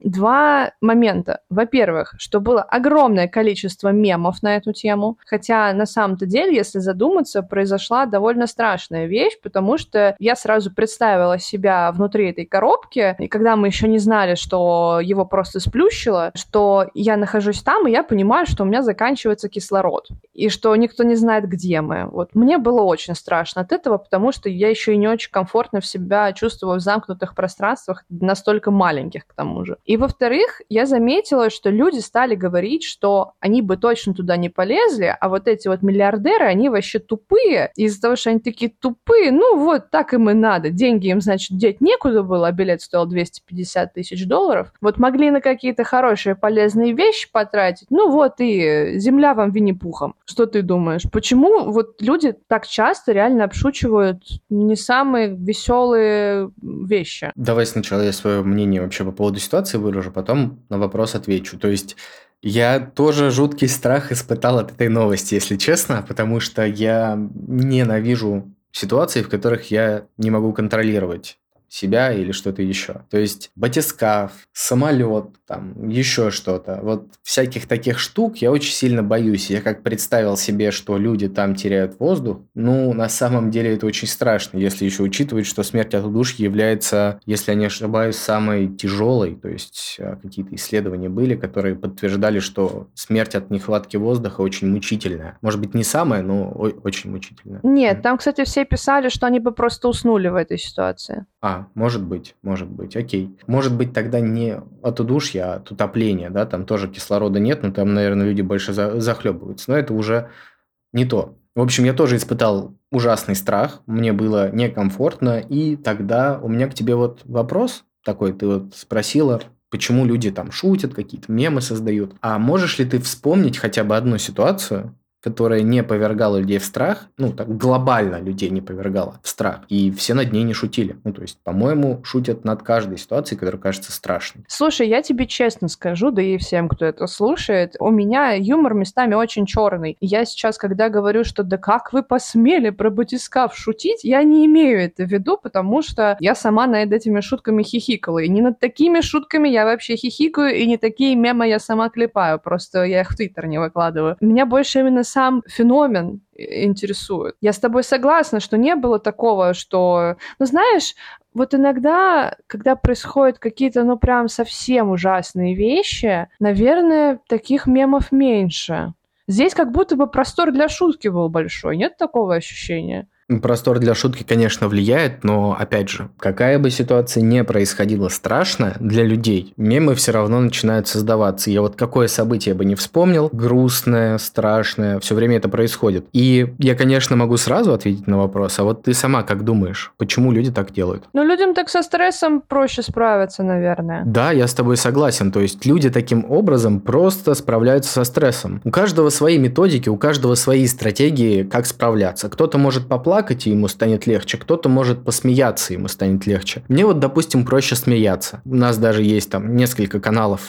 два момента. Во-первых, что было огромное количество мемов на эту тему, хотя на самом-то деле, если задуматься, произошла довольно страшная вещь, потому что я сразу представила себя внутри этой коробки, и когда мы еще не знали, что его просто сплющило, что я нахожусь там, и я понимаю, что у меня заканчивается кислород, и что никто не знает, где мы. Вот мне было очень страшно от этого, потому что я еще и не очень комфортно в себя чувствовала в замкнутых пространствах, настолько маленьких к тому же. И, во-вторых, я заметила, что люди стали говорить, что они бы точно туда не полезли, а вот эти вот миллиардеры, они вообще тупые. И из-за того, что они такие тупые, ну вот так им и надо. Деньги им, значит, деть некуда было, а билет стоил $250 тысяч. Вот могли на какие-то хорошие полезные вещи потратить. Ну вот и земля вам Винни-Пухом. Что ты думаешь? Почему вот люди так часто реально обшучивают не самые веселые вещи? Давай сначала я свое мнение вообще по поводу ситуации выражу, потом на вопрос отвечу. То есть я тоже жуткий страх испытал от этой новости, если честно, потому что я ненавижу ситуации, в которых я не могу контролировать себя или что-то еще. То есть батискаф, самолет, там еще что-то. Вот всяких таких штук я очень сильно боюсь. Я как представил себе, что люди там теряют воздух, ну, на самом деле это очень страшно, если еще учитывать, что смерть от удушья является, если я не ошибаюсь, самой тяжелой. То есть какие-то исследования были, которые подтверждали, что смерть от нехватки воздуха очень мучительная. Может быть, не самая, но очень мучительная. Нет, там, кстати, все писали, что они бы просто уснули в этой ситуации. Может быть, окей. Может быть, тогда не от удушья, а от утопления, да, там тоже кислорода нет, но там, наверное, люди больше захлебываются, но это уже не то. В общем, я тоже испытал ужасный страх, мне было некомфортно, и тогда у меня к тебе вот вопрос такой, ты вот спросила, почему люди там шутят, какие-то мемы создают. А можешь ли ты вспомнить хотя бы одну ситуацию, которая не повергала людей в страх, ну, так глобально людей не повергала в страх, и все над ней не шутили. Ну, то есть, по-моему, шутят над каждой ситуацией, которая кажется страшной. Слушай, я тебе честно скажу, да и всем, кто это слушает, у меня юмор местами очень черный. Я сейчас, когда говорю, что да как вы посмели про батискаф шутить, я не имею это в виду, потому что я сама над этими шутками хихикала. И не над такими шутками я вообще хихикаю, и не такие мемы я сама клепаю, просто я их в Твиттер не выкладываю. Меня больше именно сам феномен интересует. Я с тобой согласна, что не было такого, что... Ну, знаешь, вот иногда, когда происходят какие-то, ну, прям совсем ужасные вещи, наверное, таких мемов меньше. Здесь как будто бы простор для шутки был большой. Нет такого ощущения? Простор для шутки, конечно, влияет, но, опять же, какая бы ситуация ни происходила страшная для людей, мемы все равно начинают создаваться. Я вот какое событие бы не вспомнил, грустное, страшное, все время это происходит. И я, конечно, могу сразу ответить на вопрос, а вот ты сама как думаешь, почему люди так делают? Ну, людям так со стрессом проще справиться, наверное. Да, я с тобой согласен. То есть люди таким образом просто справляются со стрессом. У каждого свои методики, у каждого свои стратегии, как справляться. Кто-то может поплакать, и ему станет легче, кто-то может посмеяться, ему станет легче. Мне вот, допустим, проще смеяться. У нас даже есть там несколько каналов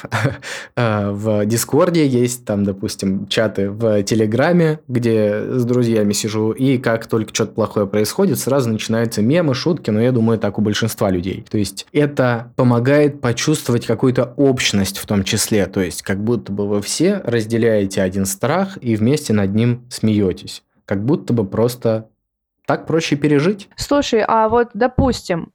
в Дискорде, есть там, допустим, чаты в Телеграме, где с друзьями сижу, и как только что-то плохое происходит, сразу начинаются мемы, шутки, но я думаю, так у большинства людей. То есть это помогает почувствовать какую-то общность в том числе, то есть как будто бы вы все разделяете один страх и вместе над ним смеетесь. Как будто бы просто... Так проще пережить. Слушай, а вот, допустим,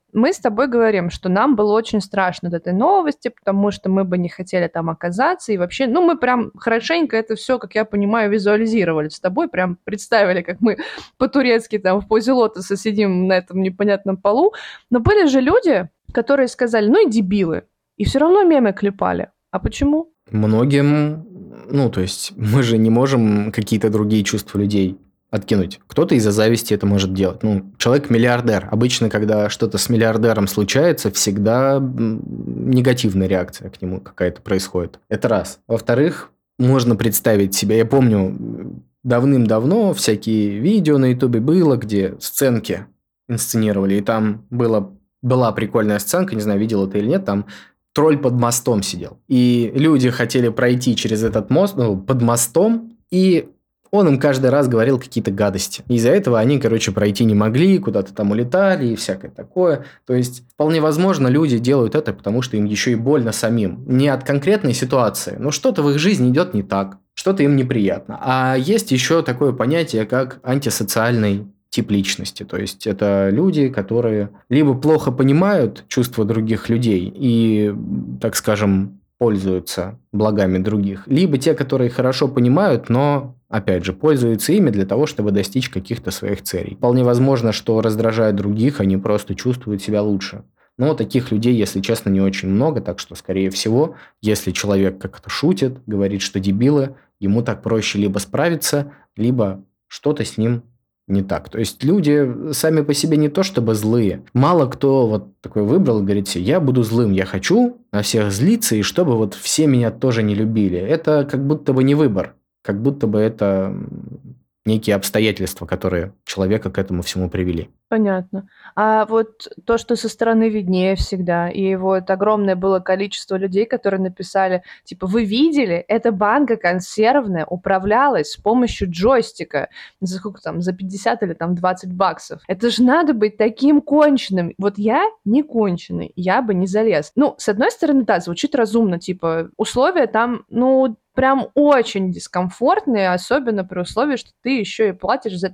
мы с тобой говорим, что нам было очень страшно от этой новости, потому что мы бы не хотели там оказаться, и вообще, ну, мы прям хорошенько это все, как я понимаю, визуализировали с тобой, прям представили, как мы по-турецки там в позе лотоса сидим на этом непонятном полу, но были же люди, которые сказали, ну и дебилы, и все равно мемы клепали. А почему? Многим, ну, то есть мы же не можем какие-то другие чувства людей откинуть. Кто-то из-за зависти это может делать. Ну, человек миллиардер. Обычно, когда что-то с миллиардером случается, всегда негативная реакция к нему какая-то происходит. Это раз. Во-вторых, можно представить себя. Я помню, давным-давно всякие видео на Ютубе было, где сценки инсценировали, и там была прикольная сценка, не знаю, видел это или нет, там тролль под мостом сидел. И люди хотели пройти через этот мост, ну, под мостом, и он им каждый раз говорил какие-то гадости. Из-за этого они, пройти не могли, куда-то там улетали и всякое такое. То есть, вполне возможно, люди делают это, потому что им еще и больно самим. Не от конкретной ситуации, но что-то в их жизни идет не так, что-то им неприятно. А есть еще такое понятие, как антисоциальный тип личности. То есть, это люди, которые либо плохо понимают чувства других людей и, так скажем, пользуются благами других, либо те, которые хорошо понимают, но, опять же, пользуются ими для того, чтобы достичь каких-то своих целей. Вполне возможно, что раздражая других, они просто чувствуют себя лучше. Но таких людей, если честно, не очень много, так что, скорее всего, если человек как-то шутит, говорит, что дебилы, ему так проще либо справиться, либо что-то с ним не так. То есть люди сами по себе не то чтобы злые. Мало кто вот такой выбрал и говорит себе, я буду злым, я хочу на всех злиться, и чтобы вот все меня тоже не любили. Это как будто бы не выбор, как будто бы это некие обстоятельства, которые человека к этому всему привели. Понятно. А вот то, что со стороны виднее всегда, и вот огромное было количество людей, которые написали, типа, вы видели, эта банка консервная управлялась с помощью джойстика за сколько там, за 50 или там 20 баксов. Это же надо быть таким конченым. Вот я не конченый, я бы не залез. Ну, с одной стороны, да, звучит разумно, типа, условия там, ну, прям очень дискомфортные, особенно при условии, что ты еще и платишь за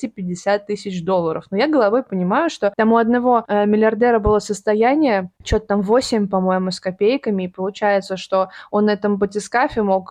250 тысяч долларов. Но я головой понимаю, что там у одного миллиардера было состояние, что-то там 8, по-моему, с копейками, и получается, что он на этом батискафе мог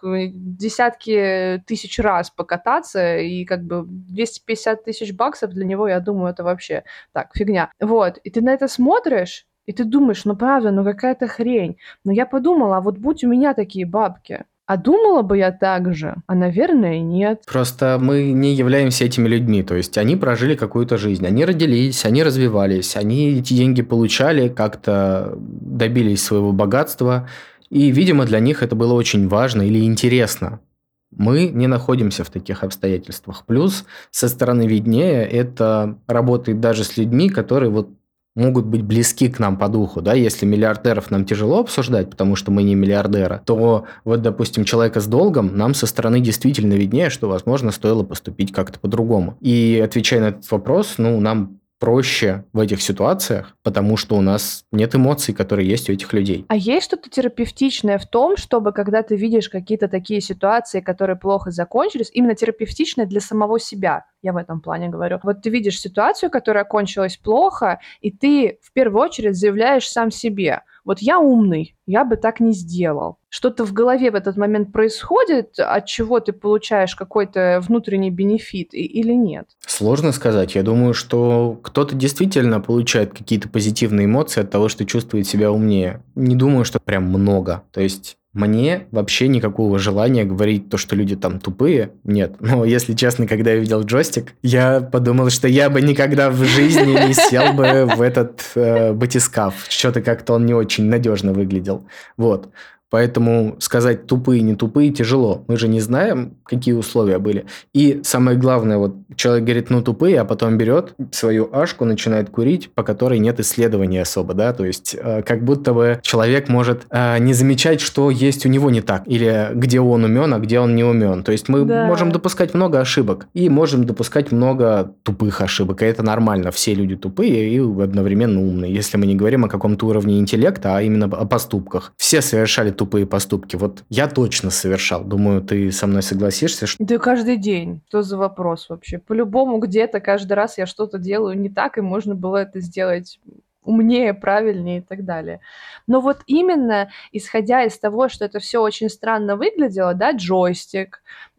десятки тысяч раз покататься, и как бы 250 тысяч баксов для него, я думаю, это вообще так, фигня. Вот, и ты на это смотришь, и ты думаешь, ну правда, ну какая-то хрень. Но я подумала, а вот будь у меня такие бабки, а думала бы я так же? А, наверное, нет. Просто мы не являемся этими людьми. То есть, они прожили какую-то жизнь. Они родились, они развивались, они эти деньги получали, как-то добились своего богатства. И, видимо, для них это было очень важно или интересно. Мы не находимся в таких обстоятельствах. Плюс, со стороны виднее, это работает даже с людьми, которые вот могут быть близки к нам по духу, да, если миллиардеров нам тяжело обсуждать, потому что мы не миллиардеры, то вот, допустим, человека с долгом нам со стороны действительно виднее, что, возможно, стоило поступить как-то по-другому. И отвечая на этот вопрос, ну, нам проще в этих ситуациях, потому что у нас нет эмоций, которые есть у этих людей. А есть что-то терапевтичное в том, чтобы, когда ты видишь какие-то такие ситуации, которые плохо закончились, именно терапевтичное для самого себя? Я в этом плане говорю. Вот ты видишь ситуацию, которая кончилась плохо, и ты в первую очередь заявляешь сам себе: вот я умный, я бы так не сделал. Что-то в голове в этот момент происходит, от чего ты получаешь какой-то внутренний бенефит или нет? Сложно сказать. Я думаю, что кто-то действительно получает какие-то позитивные эмоции от того, что чувствует себя умнее. Не думаю, что прям много. То есть мне вообще никакого желания говорить то, что люди там тупые, нет. Но, если честно, когда я видел джойстик, я подумал, что я бы никогда в жизни не сел бы в этот батискаф. Что-то как-то он не очень надежно выглядел. Вот. Поэтому сказать тупые, не тупые тяжело. Мы же не знаем, какие условия были. И самое главное, вот человек говорит, ну тупые, а потом берет свою ашку, начинает курить, по которой нет исследований особо, да, то есть как будто бы человек может не замечать, что есть у него не так, или где он умен, а где он не умен. То есть мы можем допускать много ошибок, и можем допускать много тупых ошибок, и это нормально. Все люди тупые и одновременно умные, если мы не говорим о каком-то уровне интеллекта, а именно о поступках. Все совершали тупые поступки. Вот я точно совершал. Думаю, ты со мной согласишься? Да каждый день. Что за вопрос вообще? По-любому где-то каждый раз я что-то делаю не так, и можно было это сделать умнее, правильнее и так далее. Но вот именно исходя из того, что это все очень странно выглядело, да, джойстик,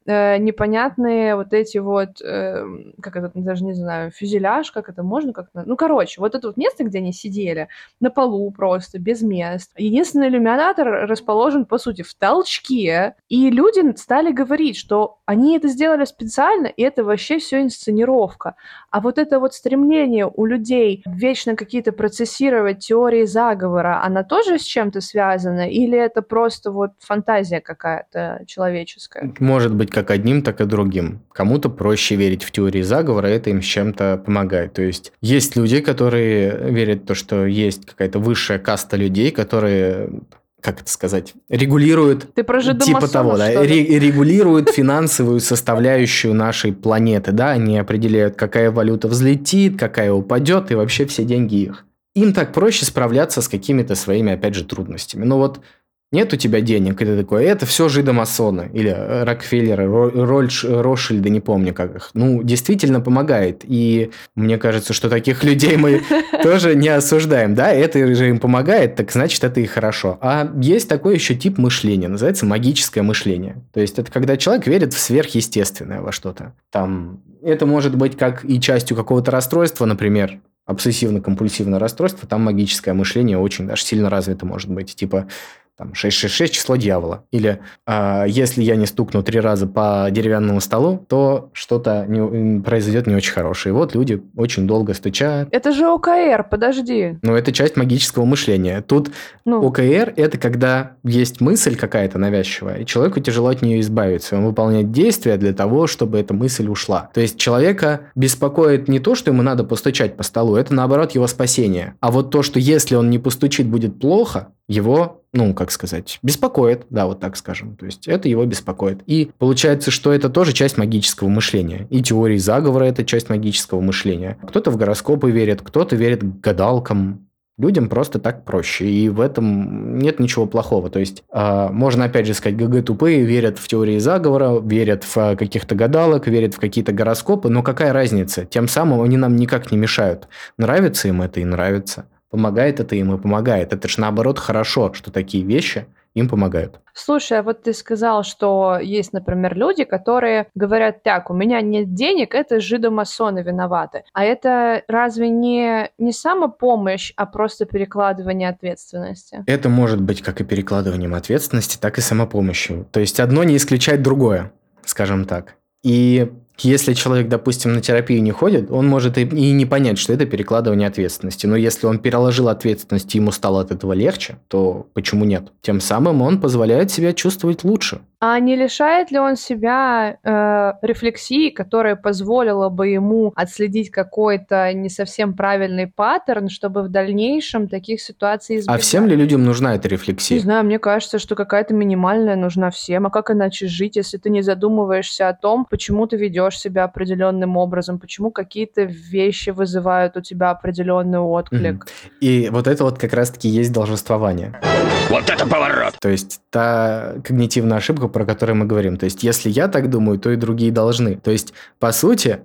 непонятные вот эти вот, как это, даже не знаю, фюзеляж, как это можно как-то... Ну, короче, вот это вот место, где они сидели, на полу просто, без мест. Единственный иллюминатор расположен, по сути, в толчке, и люди стали говорить, что они это сделали специально, и это вообще все инсценировка. А вот это вот стремление у людей вечно какие-то процессировать теории заговора, она тоже с чем-то связана? Или это просто вот фантазия какая-то человеческая? Может быть как одним, так и другим. Кому-то проще верить в теории заговора, это им с чем-то помогает. То есть люди, которые верят в то, что есть какая-то высшая каста людей, которые, как это сказать, регулируют... Ты про типа жидомасонов, того, да, что ли? регулируют финансовую составляющую нашей планеты, да, они определяют, какая валюта взлетит, какая упадет, и вообще все деньги их. Им так проще справляться с какими-то своими, опять же, трудностями. Но вот нет у тебя денег, и ты такой, это все жидомасоны, или Рокфеллеры, Ротшильды, не помню как их. Ну, действительно помогает, и мне кажется, что таких людей мы тоже не осуждаем, да, это же им помогает, так значит, это и хорошо. А есть такой еще тип мышления, называется магическое мышление. То есть, это когда человек верит в сверхъестественное во что-то. Там, это может быть как и частью какого-то расстройства, например, обсессивно-компульсивное расстройство, там магическое мышление очень даже сильно развито может быть, типа... Там 666 число дьявола. Или если я не стукну 3 раза по деревянному столу, то что-то произойдет не очень хорошее. И вот люди очень долго стучат. Это же ОКР, подожди. Но это часть магического мышления. Тут ОКР – это когда есть мысль какая-то навязчивая, и человеку тяжело от нее избавиться. Он выполняет действия для того, чтобы эта мысль ушла. То есть человека беспокоит не то, что ему надо постучать по столу, это наоборот его спасение. А вот то, что если он не постучит, будет плохо, его, как сказать, беспокоит, да, вот так скажем. То есть это его беспокоит. И получается, что это тоже часть магического мышления. И теории заговора – это часть магического мышления. Кто-то в гороскопы верит, кто-то верит к гадалкам. Людям просто так проще, и в этом нет ничего плохого. То есть можно опять же сказать, ГГ тупые верят в теории заговора, верят в каких-то гадалок, верят в какие-то гороскопы, но какая разница? Тем самым они нам никак не мешают. Нравится им это и нравится. Помогает это им и помогает. Это ж наоборот хорошо, что такие вещи им помогают. Слушай, а вот ты сказал, что есть, например, люди, которые говорят так, у меня нет денег, это жидомасоны виноваты. А это разве не самопомощь, а просто перекладывание ответственности? Это может быть как и перекладыванием ответственности, так и самопомощью. То есть одно не исключает другое, скажем так. И если человек, допустим, на терапию не ходит, он может и не понять, что это перекладывание ответственности. Но если он переложил ответственность, и ему стало от этого легче, то почему нет? Тем самым он позволяет себя чувствовать лучше. А не лишает ли он себя рефлексии, которая позволила бы ему отследить какой-то не совсем правильный паттерн, чтобы в дальнейшем таких ситуаций избегать? А всем ли людям нужна эта рефлексия? Не знаю, мне кажется, что какая-то минимальная нужна всем. А как иначе жить, если ты не задумываешься о том, почему ты ведешь себя определенным образом, почему какие-то вещи вызывают у тебя определенный отклик? И вот это вот как раз-таки есть долженствование. Вот это поворот! То есть та когнитивная ошибка, про которую мы говорим. То есть если я так думаю, то и другие должны. То есть по сути,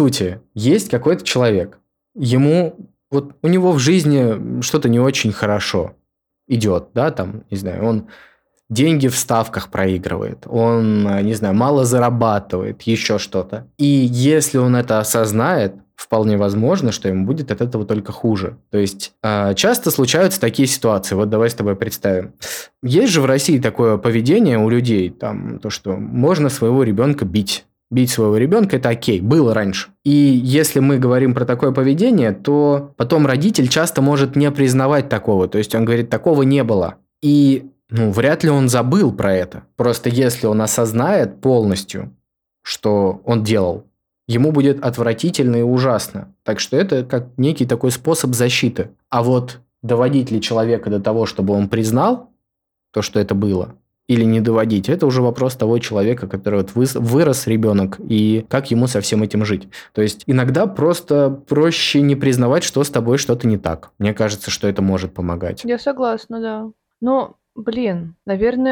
есть какой-то человек. Вот у него в жизни что-то не очень хорошо идет, да, там, не знаю, он деньги в ставках проигрывает, он, не знаю, мало зарабатывает, еще что-то. И если он это осознает, вполне возможно, что ему будет от этого только хуже. То есть часто случаются такие ситуации. Вот давай с тобой представим. Есть же в России такое поведение у людей, там, то, что можно своего ребенка бить. Бить своего ребенка – это окей, было раньше. И если мы говорим про такое поведение, то потом родитель часто может не признавать такого. То есть он говорит, такого не было. И вряд ли он забыл про это. Просто если он осознает полностью, что он делал, ему будет отвратительно и ужасно. Так что это как некий такой способ защиты. А вот доводить ли человека до того, чтобы он признал то, что это было, или не доводить, это уже вопрос того человека, который вот вырос ребенок, и как ему со всем этим жить. То есть иногда просто проще не признавать, что с тобой что-то не так. Мне кажется, что это может помогать. Я согласна, да. Но, наверное,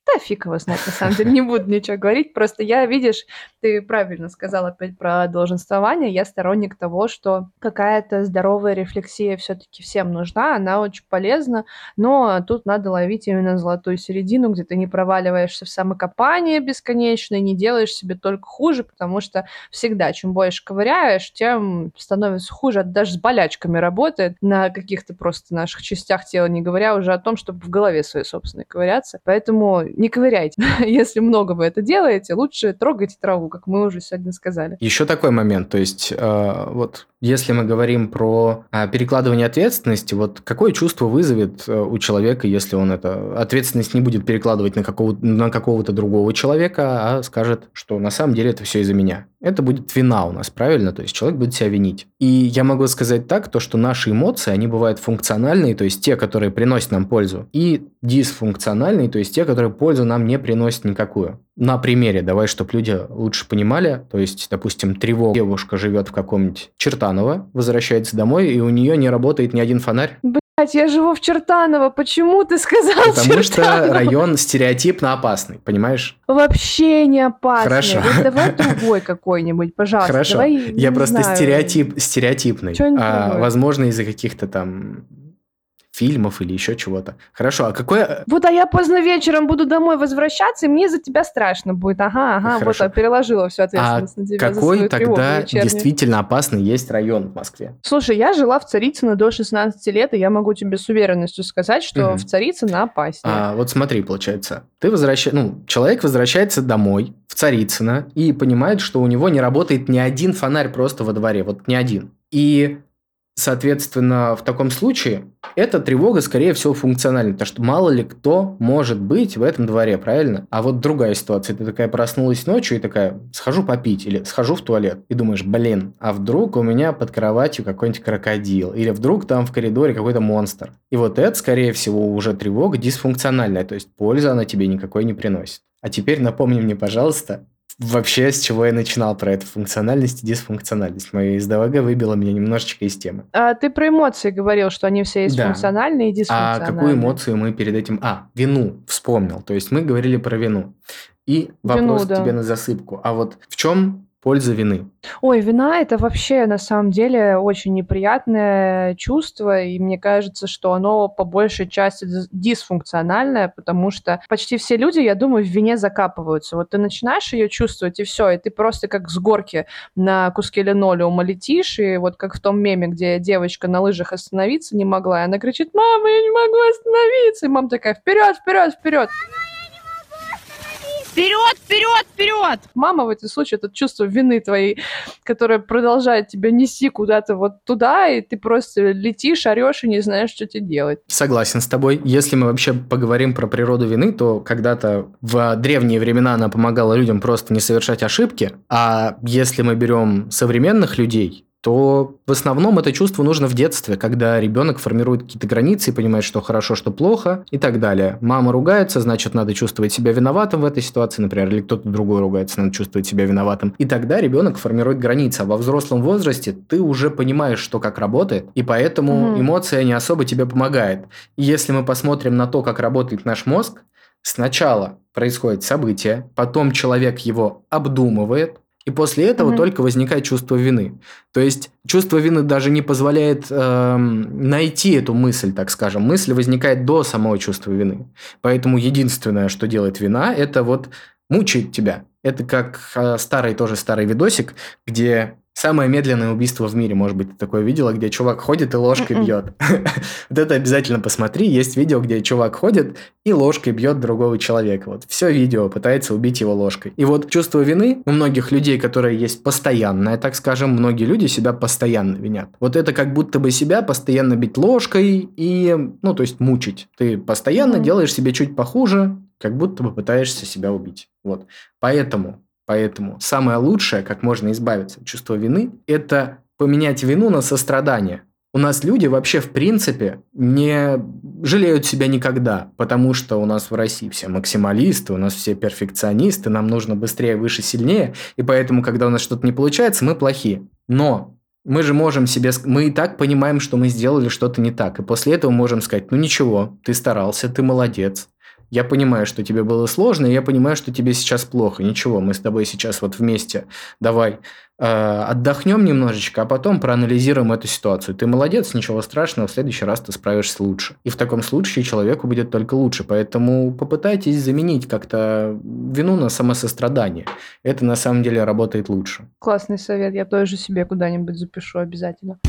Да, фиг его знать, на самом деле, не буду ничего говорить. Просто я, видишь, ты правильно сказал опять про долженствование. Я сторонник того, что какая-то здоровая рефлексия все-таки всем нужна, она очень полезна, но тут надо ловить именно золотую середину, где ты не проваливаешься в самокопание бесконечное, не делаешь себе только хуже, потому что всегда, чем больше ковыряешь, тем становится хуже. Это даже с болячками работает на каких-то просто наших частях тела, не говоря уже о том, чтобы в голове своей собственной ковыряться. Поэтому не ковыряйте. Если много вы это делаете, лучше трогайте траву, как мы уже сегодня сказали. Еще такой момент, то есть вот если мы говорим про перекладывание ответственности, вот какое чувство вызовет у человека, если он это ответственность не будет перекладывать на какого-то другого человека, а скажет, что на самом деле это все из-за меня. Это будет вина у нас, правильно? То есть человек будет себя винить. И я могу сказать так, то, что наши эмоции, они бывают функциональные, то есть те, которые приносят нам пользу, и дисфункциональные, то есть те, которые пользу нам не приносят никакую. На примере, давай, чтобы люди лучше понимали, то есть, допустим, тревога. Девушка живет в каком-нибудь Чертаново, возвращается домой, и у нее не работает ни один фонарь. Блять, я живу в Чертаново, почему ты сказал Потому Чертаново? что район стереотипно опасный, понимаешь? Вообще не опасный. Хорошо. Вот давай другой какой-нибудь, пожалуйста. Хорошо. Давай, Я не просто знаю. стереотипный. Что-нибудь другое. Возможно, из-за каких-то там фильмов или еще чего-то. Хорошо, а какое... Вот, а я поздно вечером буду домой возвращаться, и мне за тебя страшно будет. Ага, Хорошо. вот, переложила всю ответственность на тебя за свою какой тревогу тогда вечернюю. действительно опасный есть район в Москве? Слушай, я жила в Царицыно до 16 лет, и я могу тебе с уверенностью сказать, что Мгм. в Царицыно опаснее. Вот смотри, получается, человек возвращается домой в Царицыно и понимает, что у него не работает ни один фонарь просто во дворе, вот ни один. И, соответственно, в таком случае эта тревога, скорее всего, функциональна, потому что мало ли кто может быть в этом дворе, правильно? А вот другая ситуация, ты такая проснулась ночью и такая, схожу попить или схожу в туалет, и думаешь, блин, а вдруг у меня под кроватью какой-нибудь крокодил, или вдруг там в коридоре какой-то монстр. И вот это, скорее всего, уже тревога дисфункциональная, то есть пользы она тебе никакой не приносит. А теперь напомни мне, пожалуйста, вообще, с чего я начинал про эту функциональность и дисфункциональность. Моя из ДВГ выбила меня немножечко из темы. А ты про эмоции говорил, что они все есть Да. функциональные и А дисфункциональные. какую эмоцию мы перед этим... вину вспомнил. То есть мы говорили про вину. И вопрос Вину, да. тебе на засыпку. А вот в чем польза вины? Ой, вина — это вообще, на самом деле, очень неприятное чувство, и мне кажется, что оно по большей части дисфункциональное, потому что почти все люди, я думаю, в вине закапываются. Вот ты начинаешь ее чувствовать, и все, и ты просто как с горки на куске линолеума летишь, и вот как в том меме, где девочка на лыжах остановиться не могла, и она кричит: «Мама, я не могу остановиться!» И мама такая: «Вперед, вперед, вперед!» Вперед, вперед, вперед! Мама в этом случае — это чувство вины твоей, которое продолжает тебя нести куда-то вот туда, и ты просто летишь, орешь и не знаешь, что тебе делать. Согласен с тобой. Если мы вообще поговорим про природу вины, то когда-то в древние времена она помогала людям просто не совершать ошибки, а если мы берем современных людей, то в основном это чувство нужно в детстве, когда ребенок формирует какие-то границы и понимает, что хорошо, что плохо и так далее. Мама ругается, значит, надо чувствовать себя виноватым в этой ситуации, например, или кто-то другой ругается, надо чувствовать себя виноватым. И тогда ребенок формирует границы. А во взрослом возрасте ты уже понимаешь, что как работает, и поэтому эмоция не особо тебе помогает. И если мы посмотрим на то, как работает наш мозг, сначала происходит событие, потом человек его обдумывает, и после этого только возникает чувство вины. То есть чувство вины даже не позволяет найти эту мысль, так скажем. Мысль возникает до самого чувства вины. Поэтому единственное, что делает вина, это вот мучает тебя. Это как старый видосик, где самое медленное убийство в мире, может быть, ты такое видела, где чувак ходит и ложкой бьет. Вот это обязательно посмотри. Есть видео, где чувак ходит и ложкой бьет другого человека. Вот все видео пытается убить его ложкой. И вот чувство вины у многих людей, которые есть постоянное, так скажем, многие люди себя постоянно винят. Вот это как будто бы себя постоянно бить ложкой и, то есть мучить. Ты постоянно делаешь себе чуть похуже, как будто бы пытаешься себя убить. Вот. Поэтому самое лучшее, как можно избавиться от чувства вины, это поменять вину на сострадание. У нас люди вообще, в принципе, не жалеют себя никогда, потому что у нас в России все максималисты, у нас все перфекционисты, нам нужно быстрее, выше, сильнее, и поэтому, когда у нас что-то не получается, мы плохие. Но мы же можем мы и так понимаем, что мы сделали что-то не так, и после этого можем сказать: ничего, ты старался, ты молодец. я понимаю, что тебе было сложно, и я понимаю, что тебе сейчас плохо. Ничего, мы с тобой сейчас вот вместе давай отдохнем немножечко, а потом проанализируем эту ситуацию. Ты молодец, ничего страшного, в следующий раз ты справишься лучше. И в таком случае человеку будет только лучше. Поэтому попытайтесь заменить как-то вину на самосострадание. Это на самом деле работает лучше. Классный совет, я тоже себе куда-нибудь запишу обязательно.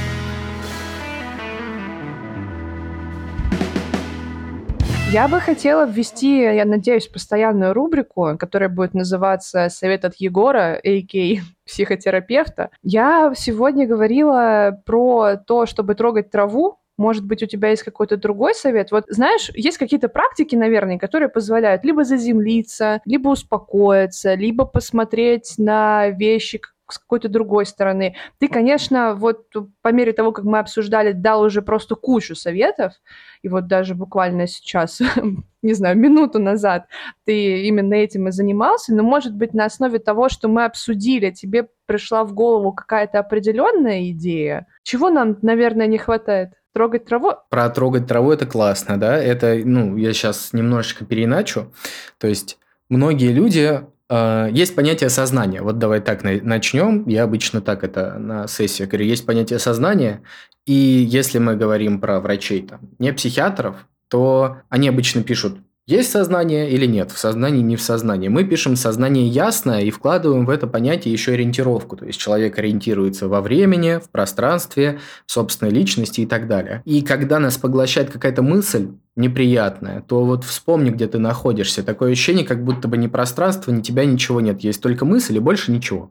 Я бы хотела ввести, я надеюсь, постоянную рубрику, которая будет называться «Совет от Егора», а.к.а. психотерапевта. Я сегодня говорила про то, чтобы трогать траву. Может быть, у тебя есть какой-то другой совет? Вот, знаешь, есть какие-то практики, наверное, которые позволяют либо заземлиться, либо успокоиться, либо посмотреть на вещи с какой-то другой стороны. Ты, конечно, вот по мере того, как мы обсуждали, дал уже просто кучу советов, и вот даже буквально сейчас, не знаю, минуту назад ты именно этим и занимался, но, может быть, на основе того, что мы обсудили, тебе пришла в голову какая-то определенная идея? Чего нам, наверное, не хватает? Трогать траву? Про трогать траву это классно, да? Это, я сейчас немножечко переиначу. То есть многие люди... Есть понятие сознания. Вот давай так начнем. Я обычно так это на сессии говорю. Есть понятие сознания, и если мы говорим про врачей, не психиатров, то они обычно пишут, есть сознание или нет, в сознании, не в сознании. Мы пишем сознание ясное и вкладываем в это понятие еще ориентировку. То есть человек ориентируется во времени, в пространстве, в собственной личности и так далее. И когда нас поглощает какая-то мысль неприятная, то вот вспомни, где ты находишься. Такое ощущение, как будто бы ни пространства, ни тебя, ничего нет. Есть только мысль и больше ничего.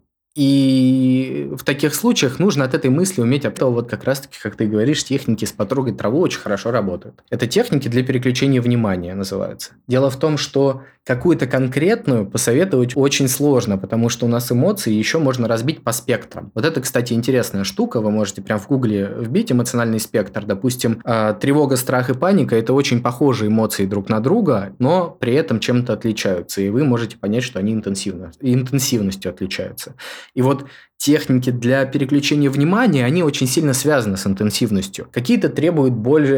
И в таких случаях нужно от этой мысли уметь, вот как раз-таки, как ты говоришь, техники с «потрогать траву» очень хорошо работают. Это техники для переключения внимания называются. Дело в том, что какую-то конкретную посоветовать очень сложно, потому что у нас эмоции еще можно разбить по спектрам. Вот это, кстати, интересная штука. Вы можете прям в гугле вбить эмоциональный спектр. Допустим, тревога, страх и паника – это очень похожие эмоции друг на друга, но при этом чем-то отличаются. И вы можете понять, что они интенсивностью отличаются. И вот техники для переключения внимания, они очень сильно связаны с интенсивностью. Какие-то требуют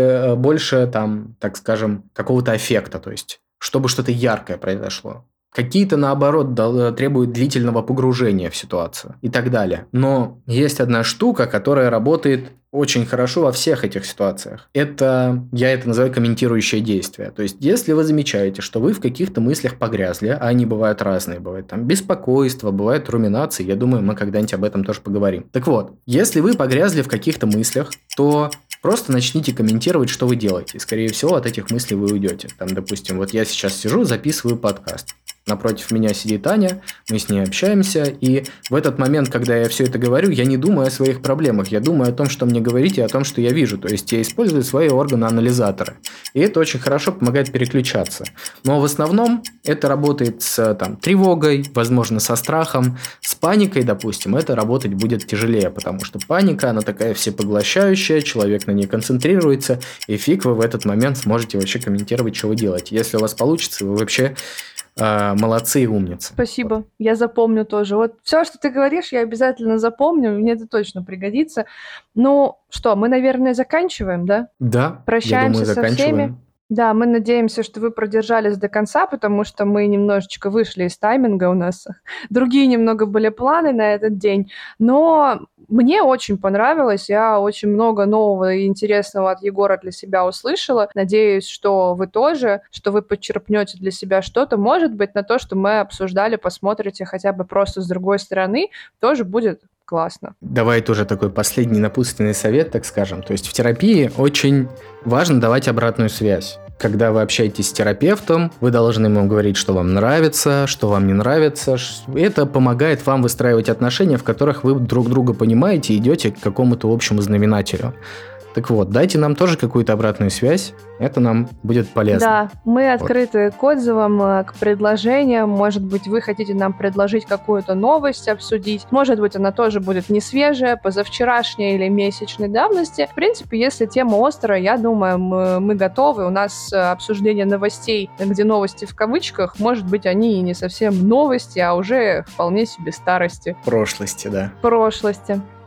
больше так скажем, какого-то эффекта, то есть, чтобы что-то яркое произошло. Какие-то, наоборот, требуют длительного погружения в ситуацию и так далее. Но есть одна штука, которая работает очень хорошо во всех этих ситуациях. Я это называю комментирующее действие. То есть, если вы замечаете, что вы в каких-то мыслях погрязли, а они бывают разные, бывает беспокойство, бывают руминации, я думаю, мы когда-нибудь об этом тоже поговорим. Так вот, если вы погрязли в каких-то мыслях, то просто начните комментировать, что вы делаете. И, скорее всего, от этих мыслей вы уйдете. Допустим, вот я сейчас сижу, записываю подкаст. Напротив меня сидит Аня, мы с ней общаемся, и в этот момент, когда я все это говорю, я не думаю о своих проблемах, я думаю о том, что мне говорить, и о том, что я вижу. То есть я использую свои органы-анализаторы. И это очень хорошо помогает переключаться. Но в основном это работает с тревогой, возможно, со страхом, с паникой, допустим, это работать будет тяжелее, потому что паника, она такая всепоглощающая, человек на ней концентрируется, и фиг вы в этот момент сможете вообще комментировать, что вы делаете. Если у вас получится, вы вообще... молодцы и умницы. Спасибо, вот. Я запомню тоже. Вот все, что ты говоришь, я обязательно запомню, мне это точно пригодится. Ну что, мы, наверное, заканчиваем, да? Да, прощаемся, я думаю, со всеми. Да, мы надеемся, что вы продержались до конца, потому что мы немножечко вышли из тайминга, у нас другие немного были планы на этот день, но мне очень понравилось, я очень много нового и интересного от Егора для себя услышала. Надеюсь, что вы тоже, что вы подчерпнете для себя что-то, может быть, на то, что мы обсуждали, посмотрите хотя бы просто с другой стороны, тоже будет классно. Давай тоже такой последний напутственный совет, так скажем. То есть в терапии очень важно давать обратную связь. Когда вы общаетесь с терапевтом, вы должны ему говорить, что вам нравится, что вам не нравится. Это помогает вам выстраивать отношения, в которых вы друг друга понимаете и идете к какому-то общему знаменателю. Так вот, дайте нам тоже какую-то обратную связь, это нам будет полезно. Да, мы открыты к отзывам, к предложениям. Может быть, вы хотите нам предложить какую-то новость обсудить. Может быть, она тоже будет не свежая, позавчерашняя или месячной давности. В принципе, если тема острая, я думаю, мы готовы. У нас обсуждение новостей, где новости в кавычках, может быть, они и не совсем новости, а уже вполне себе старости. Прошлости, да. Прошлости.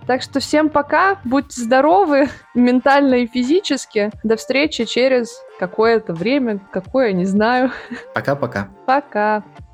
Так что всем пока, будьте здоровы, ментально и физически. До встречи через какое-то время, какое, не знаю. Пока-пока. Пока.